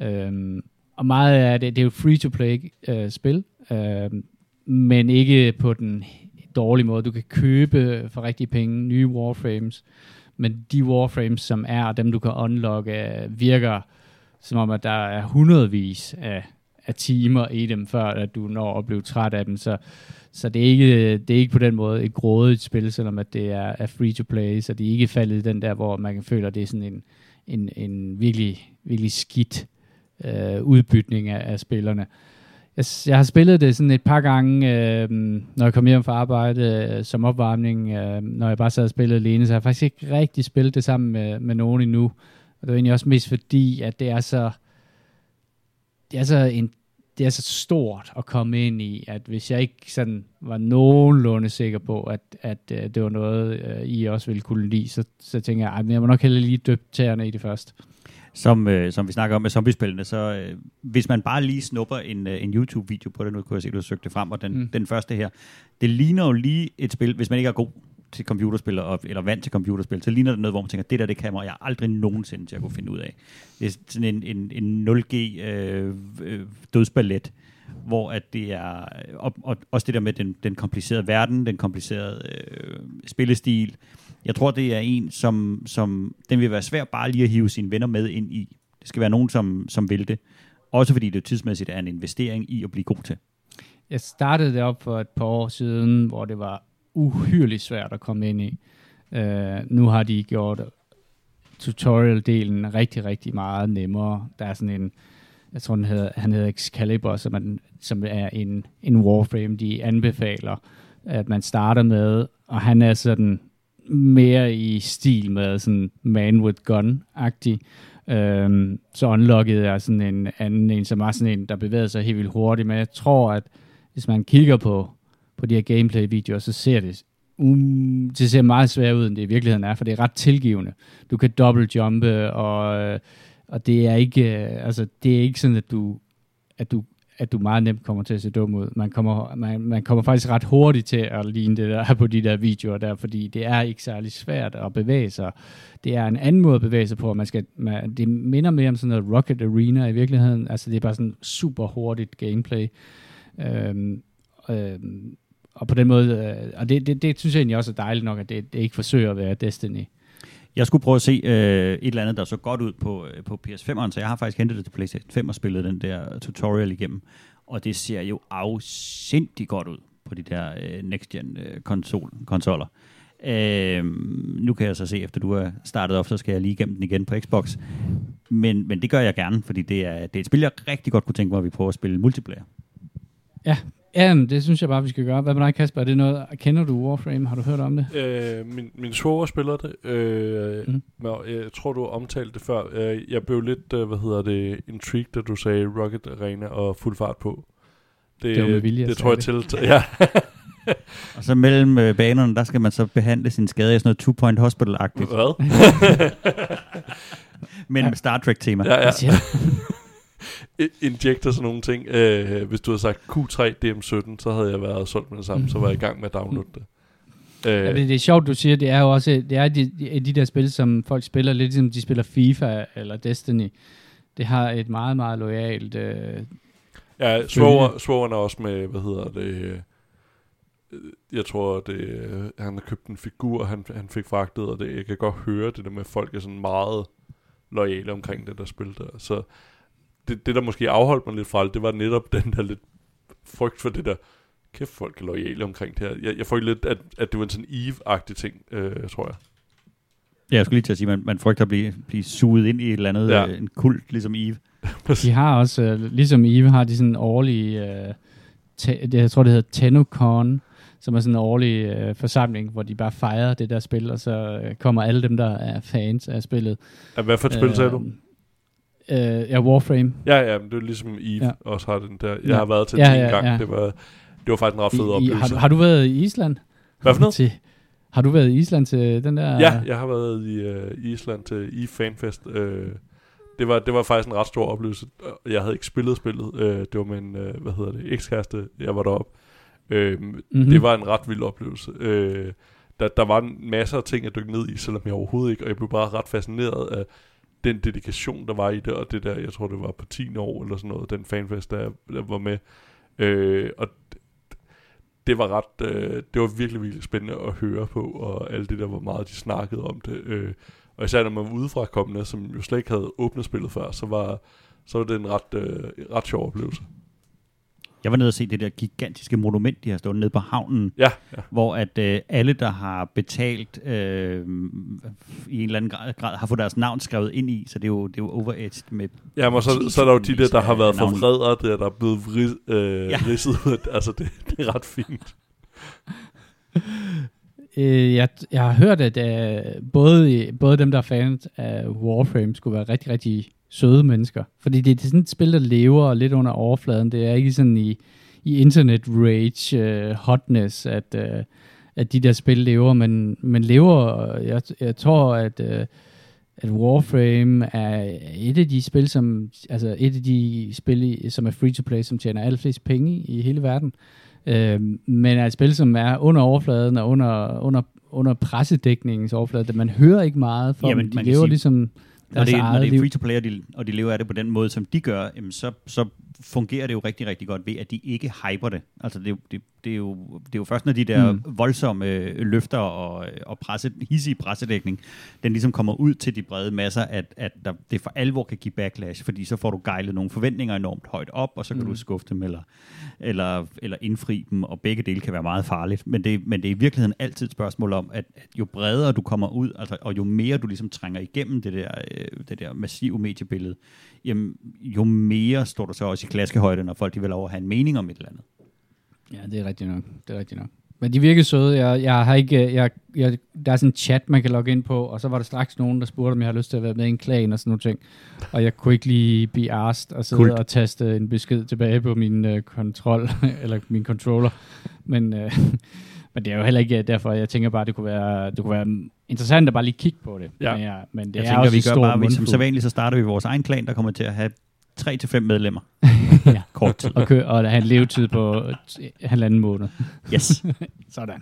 Øh, og meget af det, det er jo free-to-play øh, spil, øh, men ikke på den dårlig måde. Du kan købe for rigtige penge nye Warframes, men de Warframes, som er, og dem du kan unlocke, virker som om, at der er hundredvis af, af timer i dem, før at du når at blive træt af dem. Så, så det, er ikke, det er ikke på den måde et grådigt spil, selvom at det er, er free-to-play, så det er ikke faldet i den der, hvor man kan føle, at det er sådan en, en, en virkelig, virkelig skidt øh, udbytning af, af spillerne. Jeg, jeg har spillet det sådan et par gange, øh, når jeg kom hjem fra arbejde øh, som opvarmning, øh, når jeg bare sad og spillede alene, så jeg har faktisk ikke rigtig spillet det sammen med, med nogen endnu. Og det var egentlig også mest fordi, at det er så, det er så, en, det er så stort at komme ind i, at hvis jeg ikke sådan var nogenlunde sikker på, at, at øh, det var noget, øh, I også ville kunne lide, så, så tænker jeg, at jeg må nok hellere lige døbe tæerne i det først. Som, øh, som vi snakker om med zombiespillene, så øh, hvis man bare lige snupper en, øh, en YouTube-video på det, nu kunne jeg se, at du har søgt det frem, og den, mm. den første her, det ligner jo lige et spil, hvis man ikke er god til computerspil, og, eller vant til computerspil, så ligner det noget, hvor man tænker, det der, det kamera, jeg aldrig nogensinde til at kunne finde ud af. Det er sådan en, en, en nul G øh, øh, dødsballet, hvor at det er, og, og også det der med den, den komplicerede verden, den komplicerede øh, spillestil. Jeg tror, det er en, som, som den vil være svær bare lige at hive sine venner med ind i. Det skal være nogen, som, som vil det. Også fordi det tidsmæssigt er en investering i at blive god til. Jeg startede det op for et par år siden, hvor det var uhyrligt svært at komme ind i. Uh, nu har de gjort tutorial-delen rigtig, rigtig meget nemmere. Der er sådan en, jeg tror, han hedder, han hedder Excalibur, som, man, som er en, en Warframe, de anbefaler, at man starter med, og han er sådan mere i stil med sådan man with gun-agtig. Um, så unlockede jeg sådan en anden en, som var sådan en, der bevægede sig helt vildt hurtigt, men jeg tror, at hvis man kigger på, på de her gameplay-videoer, så ser det, um, det ser meget svært ud, end det i virkeligheden er, for det er ret tilgivende. Du kan dobbeltjumpe, og, og det er ikke, altså, det er ikke sådan, at du, at du at du meget nemt kommer til at se dum ud. Man kommer, man, man kommer faktisk ret hurtigt til at ligne det der på de der videoer der, fordi det er ikke særlig svært at bevæge sig. Det er en anden måde at bevæge sig på. Man skal, man, det minder mere om sådan noget Rocket Arena i virkeligheden. Altså det er bare sådan super hurtigt gameplay. Øhm, øhm, og på den måde, øh, og det, det, det synes jeg egentlig også er dejligt nok, at det, det ikke forsøger at være Destiny. Jeg skulle prøve at se øh, et eller andet, der så godt ud på, øh, på P S fem'eren, så jeg har faktisk hentet det til PlayStation fem og spillet den der tutorial igennem. Og det ser jo afsindigt godt ud på de der øh, next-gen øh, konsol, konsoller. Øh, nu kan jeg så se, efter du er startet op, så skal jeg lige igennem den igen på Xbox. Men, men det gør jeg gerne, fordi det er, det er et spil, jeg rigtig godt kunne tænke mig, at vi prøver at spille multiplayer. Ja. Ja, det synes jeg bare, vi skal gøre. Hvad med dig, Kasper? Er det noget, kender du Warframe? Har du hørt om det? Øh, min, min svoger spiller det. Øh, mm. Men jeg tror, du omtalte det før. Jeg blev lidt, hvad hedder det, intrigued, da du sagde Rocket Arena og fuld fart på. Det, det var med vilje, det tror jeg til. Ja. Og så mellem øh, banerne, der skal man så behandle sin skade i sådan noget two-point hospital-agtigt. Hvad? Men med Star Trek-tema. Ja, ja. Injekter sådan nogle ting. Øh, hvis du havde sagt Q tre D M sytten, så havde jeg været solgt med det samme, så var jeg i gang med at downloade det. Øh. Ja, det, det er sjovt, du siger, det er jo også det er de, de, de der spil, som folk spiller, lidt ligesom de spiller FIFA eller Destiny. Det har et meget, meget loyalt øh, ja, svogeren er også med, hvad hedder det, jeg tror, det, han har købt en figur, han, han fik fragtet, og det, jeg kan godt høre det der med, at folk er sådan meget loyale omkring det der spil der, så Det, det, der måske afholdt mig lidt fra det, det var netop den der lidt frygt for det der, kæft, folk er loyale omkring det her. Jeg, jeg får lidt, at, at det var en sådan Eve-agtig ting, øh, tror jeg. Ja, jeg skulle lige til at sige, at man, man frygter at blive, blive suget ind i et eller andet, ja. øh, en kult, ligesom Eve. De har også, øh, ligesom Eve, har de sådan en årlig, øh, te, det, jeg tror det hedder TennoCon, som er sådan en årlig øh, forsamling, hvor de bare fejrer det der spil, og så øh, kommer alle dem, der er fans af spillet. Ja, hvad for et spil, øh, sagde du? Uh, ja, Warframe. Ja, ja, men det er ligesom Eve ja. Også har den der. Jeg ja. har været til ja, en ja, gang. Ja. Det var det var faktisk en ret fed I, oplevelse. Har, har du været i Island? Hvad for noget? Til, har du været i Island til den der? Ja, jeg har været i uh, Island til Eve Fanfest. Uh, det var det var faktisk en ret stor oplevelse. Jeg havde ikke spillet spillet. Uh, det var med en uh, hvad hedder det, ekskæreste. Jeg var deroppe. Uh, mm-hmm. Det var en ret vild oplevelse. Uh, der der var en masse af ting at dykke ned i, selvom jeg overhovedet ikke, og jeg blev bare ret fascineret af den dedikation, der var i det, og det der, jeg tror, det var på tiende år, eller sådan noget, den fanfest, der, der var med. Øh, og det, det var ret, øh, det var virkelig, virkelig spændende at høre på, og alle det der, hvor meget de snakkede om det. Øh, og især når man var udefra kommende, som jo slet ikke havde åbnet spillet før, så var, så var det en ret, øh, ret sjov oplevelse. Jeg var nede og se det der gigantiske monument, de har stået nede på havnen, ja, ja. Hvor at øh, alle, der har betalt øh, i en eller anden grad, grad, har fået deres navn skrevet ind i, så det er jo, det er jo overedged med... Ja, men så, så er der jo de der, der har været forvredere, der, der er blevet rid, øh, ja. ridset ud. Altså, det, det er ret fint. øh, jeg, jeg har hørt, at øh, både, både dem, der er fans af Warframe, skulle være rigtig, rigtig søde mennesker. Fordi det er sådan et spil, der lever lidt under overfladen. Det er ikke sådan i, i internet rage, uh, hotness, at, uh, at de der spil lever, men, men lever, jeg, jeg tror, at, uh, at Warframe er et af de spil, som, altså et af de spil, som er free-to-play, som tjener allerflest penge i hele verden. Uh, men er et spil, som er under overfladen og under, under, under pressedækningens overflade. Man hører ikke meget, for Jamen, dem. De man kan lever sige- ligesom Når deres det, når eget det er liv. free-to-play, og de, og de lever af det på den måde, som de gør, jamen så, så fungerer det jo rigtig, rigtig godt ved, at de ikke hyper det. Altså det, er jo- det, det, er, jo, det er jo først, når de der Mm. mm. voldsomme øh, løfter og, og presse, hissige pressedækning, den ligesom kommer ud til de brede masser, at, at der, det for alvor kan give backlash, fordi så får du gejlet nogle forventninger enormt højt op, og så kan Mm. mm. du skuffe dem, eller, eller, eller indfri dem, og begge dele kan være meget farligt. Men det, men det er i virkeligheden altid et spørgsmål om, at, at jo bredere du kommer ud, altså, og jo mere du ligesom trænger igennem det der, øh, det der massive mediebillede, jamen, jo mere står du så også i klaskehøjde, når folk de vil over at have en mening om et eller andet. Ja, det er rigtigt nok. Det er rigtigt nok. Men de virker søde. Jeg, jeg har ikke, jeg, jeg, der er sådan en chat, man kan logge ind på, og så var der straks nogen, der spurgte, om jeg har lyst til at være med i en klan og sådan nogle ting. Og jeg kunne ikke lige blive arsed og sidde Kult. og taste en besked tilbage på min øh, kontrol, eller min controller. Men, øh, men det er jo heller ikke derfor, jeg tænker bare, det kunne være, det kunne være interessant at bare lige kigge på det. Ja. Men, ja, men det Jeg er tænker, også vi en gør stor bare, vi, som mundfuld. sædvanligt, så starter vi vores egen klan, der kommer til at have tre til fem medlemmer. Ja. Kort tid. og, kø- og have en levetid på t- halvanden måned. Yes. Sådan.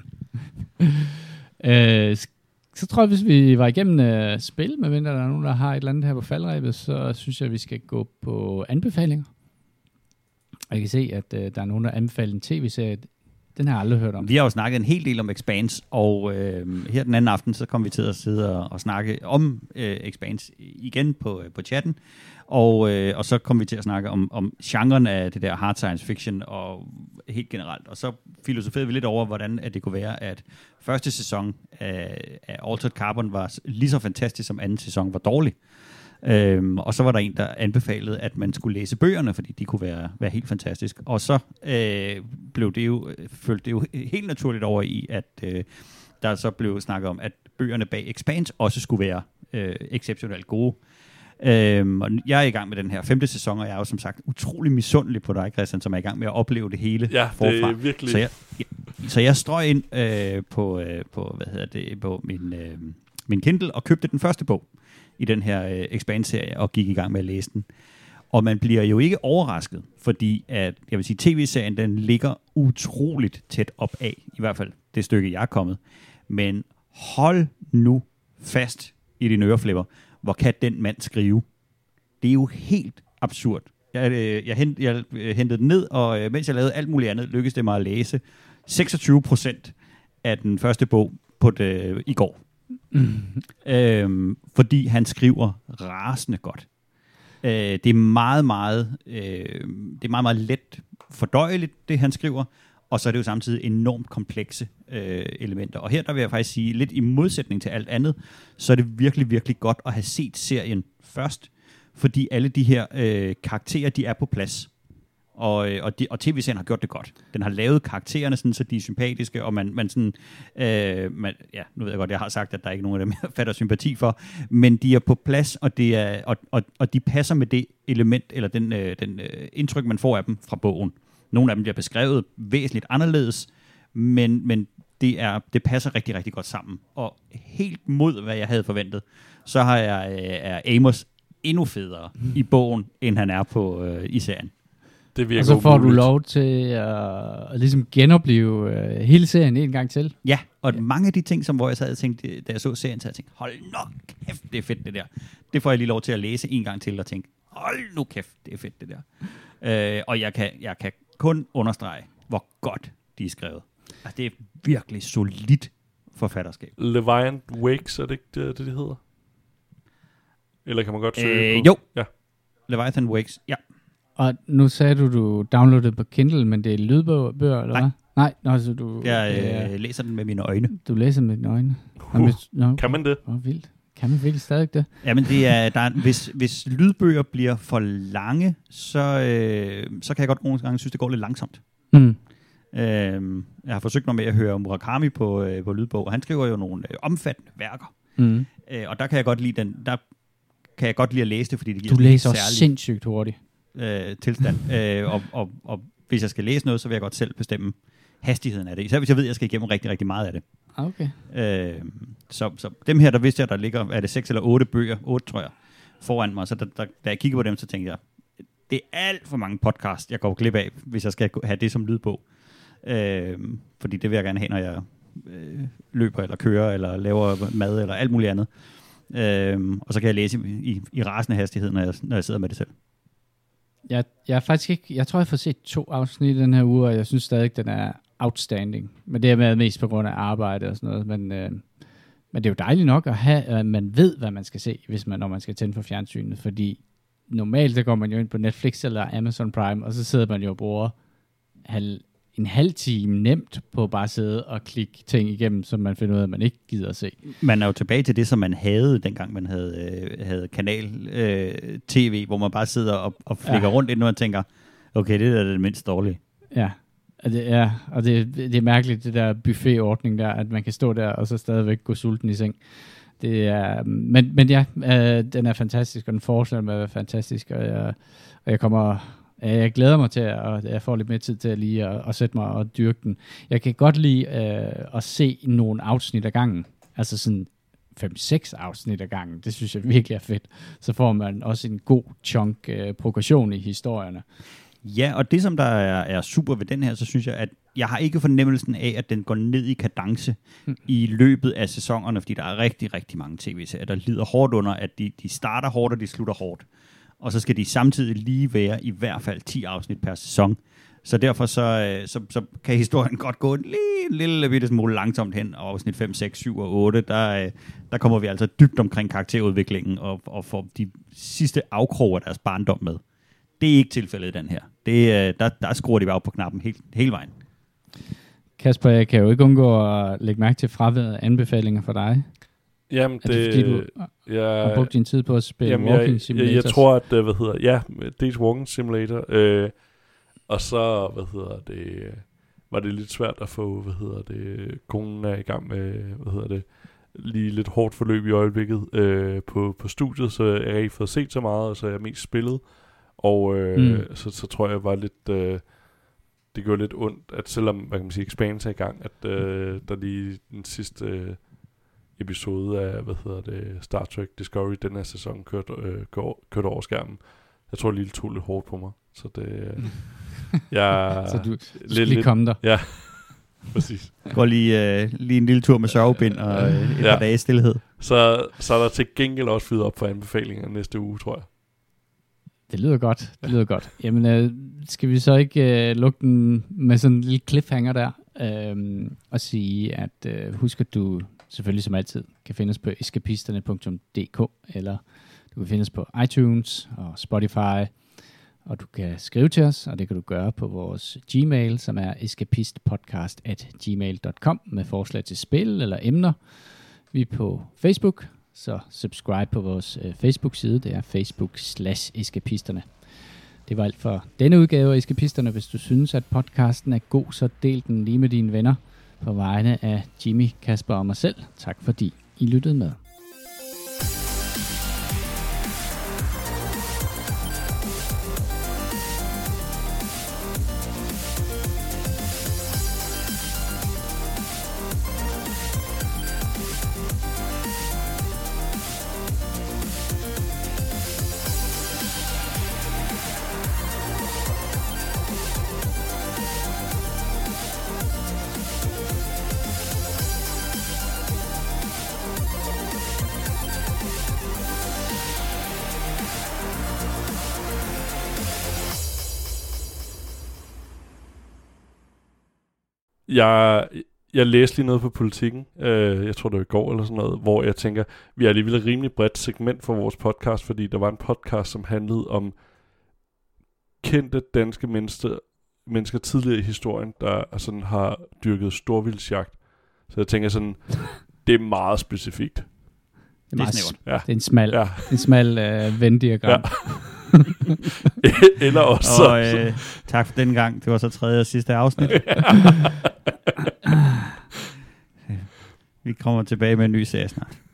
øh, sk- så tror jeg, hvis vi var igennem øh, spil, medmindre der er nogen, der har et eller andet her på faldrebet, så synes jeg, vi skal gå på anbefalinger. Og jeg kan se, at øh, der er nogen, der anbefaler en tv-serie. Den har jeg aldrig hørt om. Vi har jo snakket en hel del om Expanse, og øh, her den anden aften, så kom vi til at sidde og, og snakke om øh, Expanse igen på, øh, på chatten, og, øh, og så kom vi til at snakke om, om genren af det der hard science fiction, og helt generelt. Og så filosoferede vi lidt over, hvordan at det kunne være, at første sæson af, af Altered Carbon var lige så fantastisk, som anden sæson var dårlig. Øhm, og så var der en, der anbefalede, at man skulle læse bøgerne, fordi de kunne være, være helt fantastisk. Og så øh, blev det jo, følte det jo helt naturligt over i, at øh, der så blev snakket om, at bøgerne bag Expanse også skulle være øh, exceptionelt gode. Øhm, og jeg er i gang med den her femte sæson, og jeg er jo som sagt utrolig misundelig på dig, Christian, som er i gang med at opleve det hele Ja, forfra. det er virkelig... Så jeg, jeg, så jeg strøg ind øh, på, øh, på, hvad hedder det, på min, øh, min Kindle og købte den første bog i den her øh, Expanse-serie og gik i gang med at læse den. Og man bliver jo ikke overrasket, fordi at, jeg vil sige, tv-serien den ligger utroligt tæt op af, i hvert fald det stykke, jeg er kommet. Men hold nu fast i dine øreflipper, hvor kan den mand skrive? Det er jo helt absurd. Jeg, øh, jeg, hent, jeg hentede den ned, og øh, mens jeg lavede alt muligt andet, lykkedes det mig at læse seksogtyve procent af den første bog på det, i går. Mm. Øhm, fordi han skriver rasende godt. Øh, det er meget, meget, øh, det er meget, meget let fordøjeligt, det han skriver, og så er det jo samtidig enormt komplekse øh, elementer. Og her der vil jeg faktisk sige, lidt i modsætning til alt andet, så er det virkelig, virkelig godt at have set serien først, fordi alle de her øh, karakterer, de er på plads. Og, og, de, og tv-serien har gjort det godt. Den har lavet karaktererne sådan, så de er sympatiske, og man, man sådan, øh, man, ja, nu ved jeg godt, jeg har sagt, at der er ikke nogen af dem, jeg fatter sympati for, men de er på plads, og, det er, og, og, og de passer med det element, eller den, øh, den øh, indtryk, man får af dem fra bogen. Nogle af dem bliver beskrevet væsentligt anderledes, men, men det, er, det passer rigtig, rigtig godt sammen. Og helt mod, hvad jeg havde forventet, så har jeg, øh, er Amos endnu federe mm. i bogen, end han er på øh, i serien. Det virker og så får umuligt. du lov til at, at ligesom genopleve uh, hele serien en gang til. Ja, og ja. mange af de ting, som hvor jeg sad og tænkte, da jeg så serien, så jeg tænkte, hold nu kæft, det er fedt det der. Det får jeg lige lov til at læse en gang til og tænke, hold nu kæft, det er fedt det der. Øh, og jeg kan, jeg kan kun understrege, hvor godt de er skrevet. Altså, det er virkelig solidt forfatterskab. Leviant Wakes, er det ikke det, det hedder? Eller kan man godt søge Øh, på? jo. Ja. Leviathan Wakes, ja. Og nu sagde du, du downloadede på Kindle, men det er lydbøger, eller Nej. hvad? Nej, nå, så du, Jeg øh, øh, læser den med mine øjne. du læser med dine øjne. Nå, Uh, hvis, nå, kan man det? Åh, vildt. Kan man virkelig stadig det? Jamen, det er, der er, hvis, hvis lydbøger bliver for lange, så, øh, så kan jeg godt nogle gange synes, det går lidt langsomt. Mm. Øh, jeg har forsøgt mig med at høre Murakami på, øh, på lydbog, og han skriver jo nogle øh, omfattende værker. Mm. Øh, og der kan jeg godt lide den, der kan jeg godt lide at læse det, fordi det giver Du sådan en læser helt også særlig sindssygt hurtigt. øh, tilstand. øh, og, og, og hvis jeg skal læse noget, så vil jeg godt selv bestemme hastigheden af det. Især hvis jeg ved, at jeg skal igennem rigtig, rigtig meget af det. Okay. Øh, så, så dem her, der vidste jeg, der ligger, er det seks eller otte bøger, otte tror jeg, foran mig. Så da, da, da jeg kiggede på dem, så tænkte jeg, det er alt for mange podcast, jeg går glip af, hvis jeg skal have det som lydbog. Øh, fordi det vil jeg gerne have, når jeg, øh, løber eller kører, eller laver mad, eller alt muligt andet. Øh, og så kan jeg læse i, i, i rasende hastighed, når jeg, når jeg sidder med det selv. Jeg, jeg er faktisk ikke, jeg tror, jeg får set to afsnit i den her uge, og jeg synes stadig, den er outstanding. Men det er med mest på grund af arbejde og sådan noget. Men, øh, men det er jo dejligt nok at have, at man ved, hvad man skal se, hvis man, når man skal tænde for fjernsynet. Fordi normalt, der går man jo ind på Netflix eller Amazon Prime, og så sidder man jo og bruger halv, en halv time nemt på bare at sidde og klikke ting igennem, som man finder ud af, at man ikke gider at se. Man er jo tilbage til det, som man havde, dengang man havde, øh, havde kanal-tv, øh, hvor man bare sidder og, og flikker ja. rundt ind, og man tænker, okay, det er det mindst dårlige. Ja, og det er, og det, det er mærkeligt, det der buffetordning der, at man kan stå der, og så stadigvæk gå sulten i seng. Det er, men, men ja, øh, den er fantastisk, og den fortsætter med at være fantastisk, og jeg, og jeg kommer... Jeg glæder mig til, at jeg får lidt mere tid til at lige at, at sætte mig og dyrke den. Jeg kan godt lide øh, at se nogle afsnit ad gangen. Altså sådan fem seks afsnit ad gangen. Det synes jeg virkelig er fedt. Så får man også en god chunk øh, progression i historierne. Ja, og det som der er, er super ved den her, så synes jeg, at jeg har ikke fornemmelsen af, at den går ned i kadence hmm. i løbet af sæsonerne, fordi der er rigtig, rigtig mange tv-serier, der lider hårdt under, at de, de starter hårdt, og de slutter hårdt. Og så skal de samtidig lige være i hvert fald ti afsnit per sæson. Så derfor så, så, så kan historien godt gå en lille, lille bitte smule langsomt hen, og afsnit fem, seks, syv og otte, der, der kommer vi altså dybt omkring karakterudviklingen, og, og får de sidste afkrog af deres barndom med. Det er ikke tilfældet i den her. Det, der, der skruer de bare op på knappen hele, hele vejen. Kasper, jeg kan jo ikke undgå at lægge mærke til fraværet af anbefalinger for dig. Jamen, det, det fordi, du jeg, har brugt din tid på at spille jamen, Walking Simulator? Jeg, jeg tror, at, hvad hedder, ja, dels Walking Simulator, øh, og så, hvad hedder det, var det lidt svært at få, hvad hedder det, konen er i gang med, hvad hedder det, lige lidt hårdt forløb i øjeblikket øh, på, på studiet, så jeg har ikke fået set så meget, og så er jeg mest spillet, og øh, mm. så, så tror jeg var lidt, øh, det gjorde lidt ondt, at selvom, man kan sige, Expanse er i gang, at øh, der lige den sidste øh, episode af, hvad hedder det, Star Trek Discovery, den her sæson kørte, øh, kørte over skærmen. Jeg tror, det lige tog lidt hårdt på mig. Så det... jeg, så du skal lige komme der. Ja, præcis. Går lige, øh, lige en lille tur med sørgebind og øh, et ja. par dage stillhed. Så, så er der til gengæld også fyret op for anbefalinger næste uge, tror jeg. Det lyder godt, det lyder godt. Jamen, øh, skal vi så ikke øh, lukke den med sådan en lille cliffhanger der, øh, og sige, at øh, husk, at du selvfølgelig som altid kan findes på eskapisterne punktum d k, eller du kan findes på iTunes og Spotify, og du kan skrive til os, og det kan du gøre på vores Gmail, som er escapistpodcast at gmail punktum com med forslag til spil eller emner. Vi er på Facebook, så subscribe på vores øh, Facebook-side, det er facebook slash eskapisterne. Det var alt for denne udgave af Eskapisterne. Hvis du synes, at podcasten er god, så del den lige med dine venner. På vegne af Jimmy, Kasper og mig selv, tak fordi I lyttede med. Jeg, jeg læste lige noget på Politikken, øh, jeg tror det var i går eller sådan noget, hvor jeg tænker, vi har alligevel et rimelig bredt segment for vores podcast, fordi der var en podcast, som handlede om kendte danske mennesker, mennesker tidligere i historien, der sådan har dyrket storvildsjagt. Så jeg tænker sådan, det er meget specifikt. Det er, meget snævert. Ja. Det er en smal, ja. en smal øh, Venn-diagram. Ja. Eller også. Og øh, tak for den gang. Det var så tredje og sidste afsnit. Vi kommer tilbage med en ny serie snart.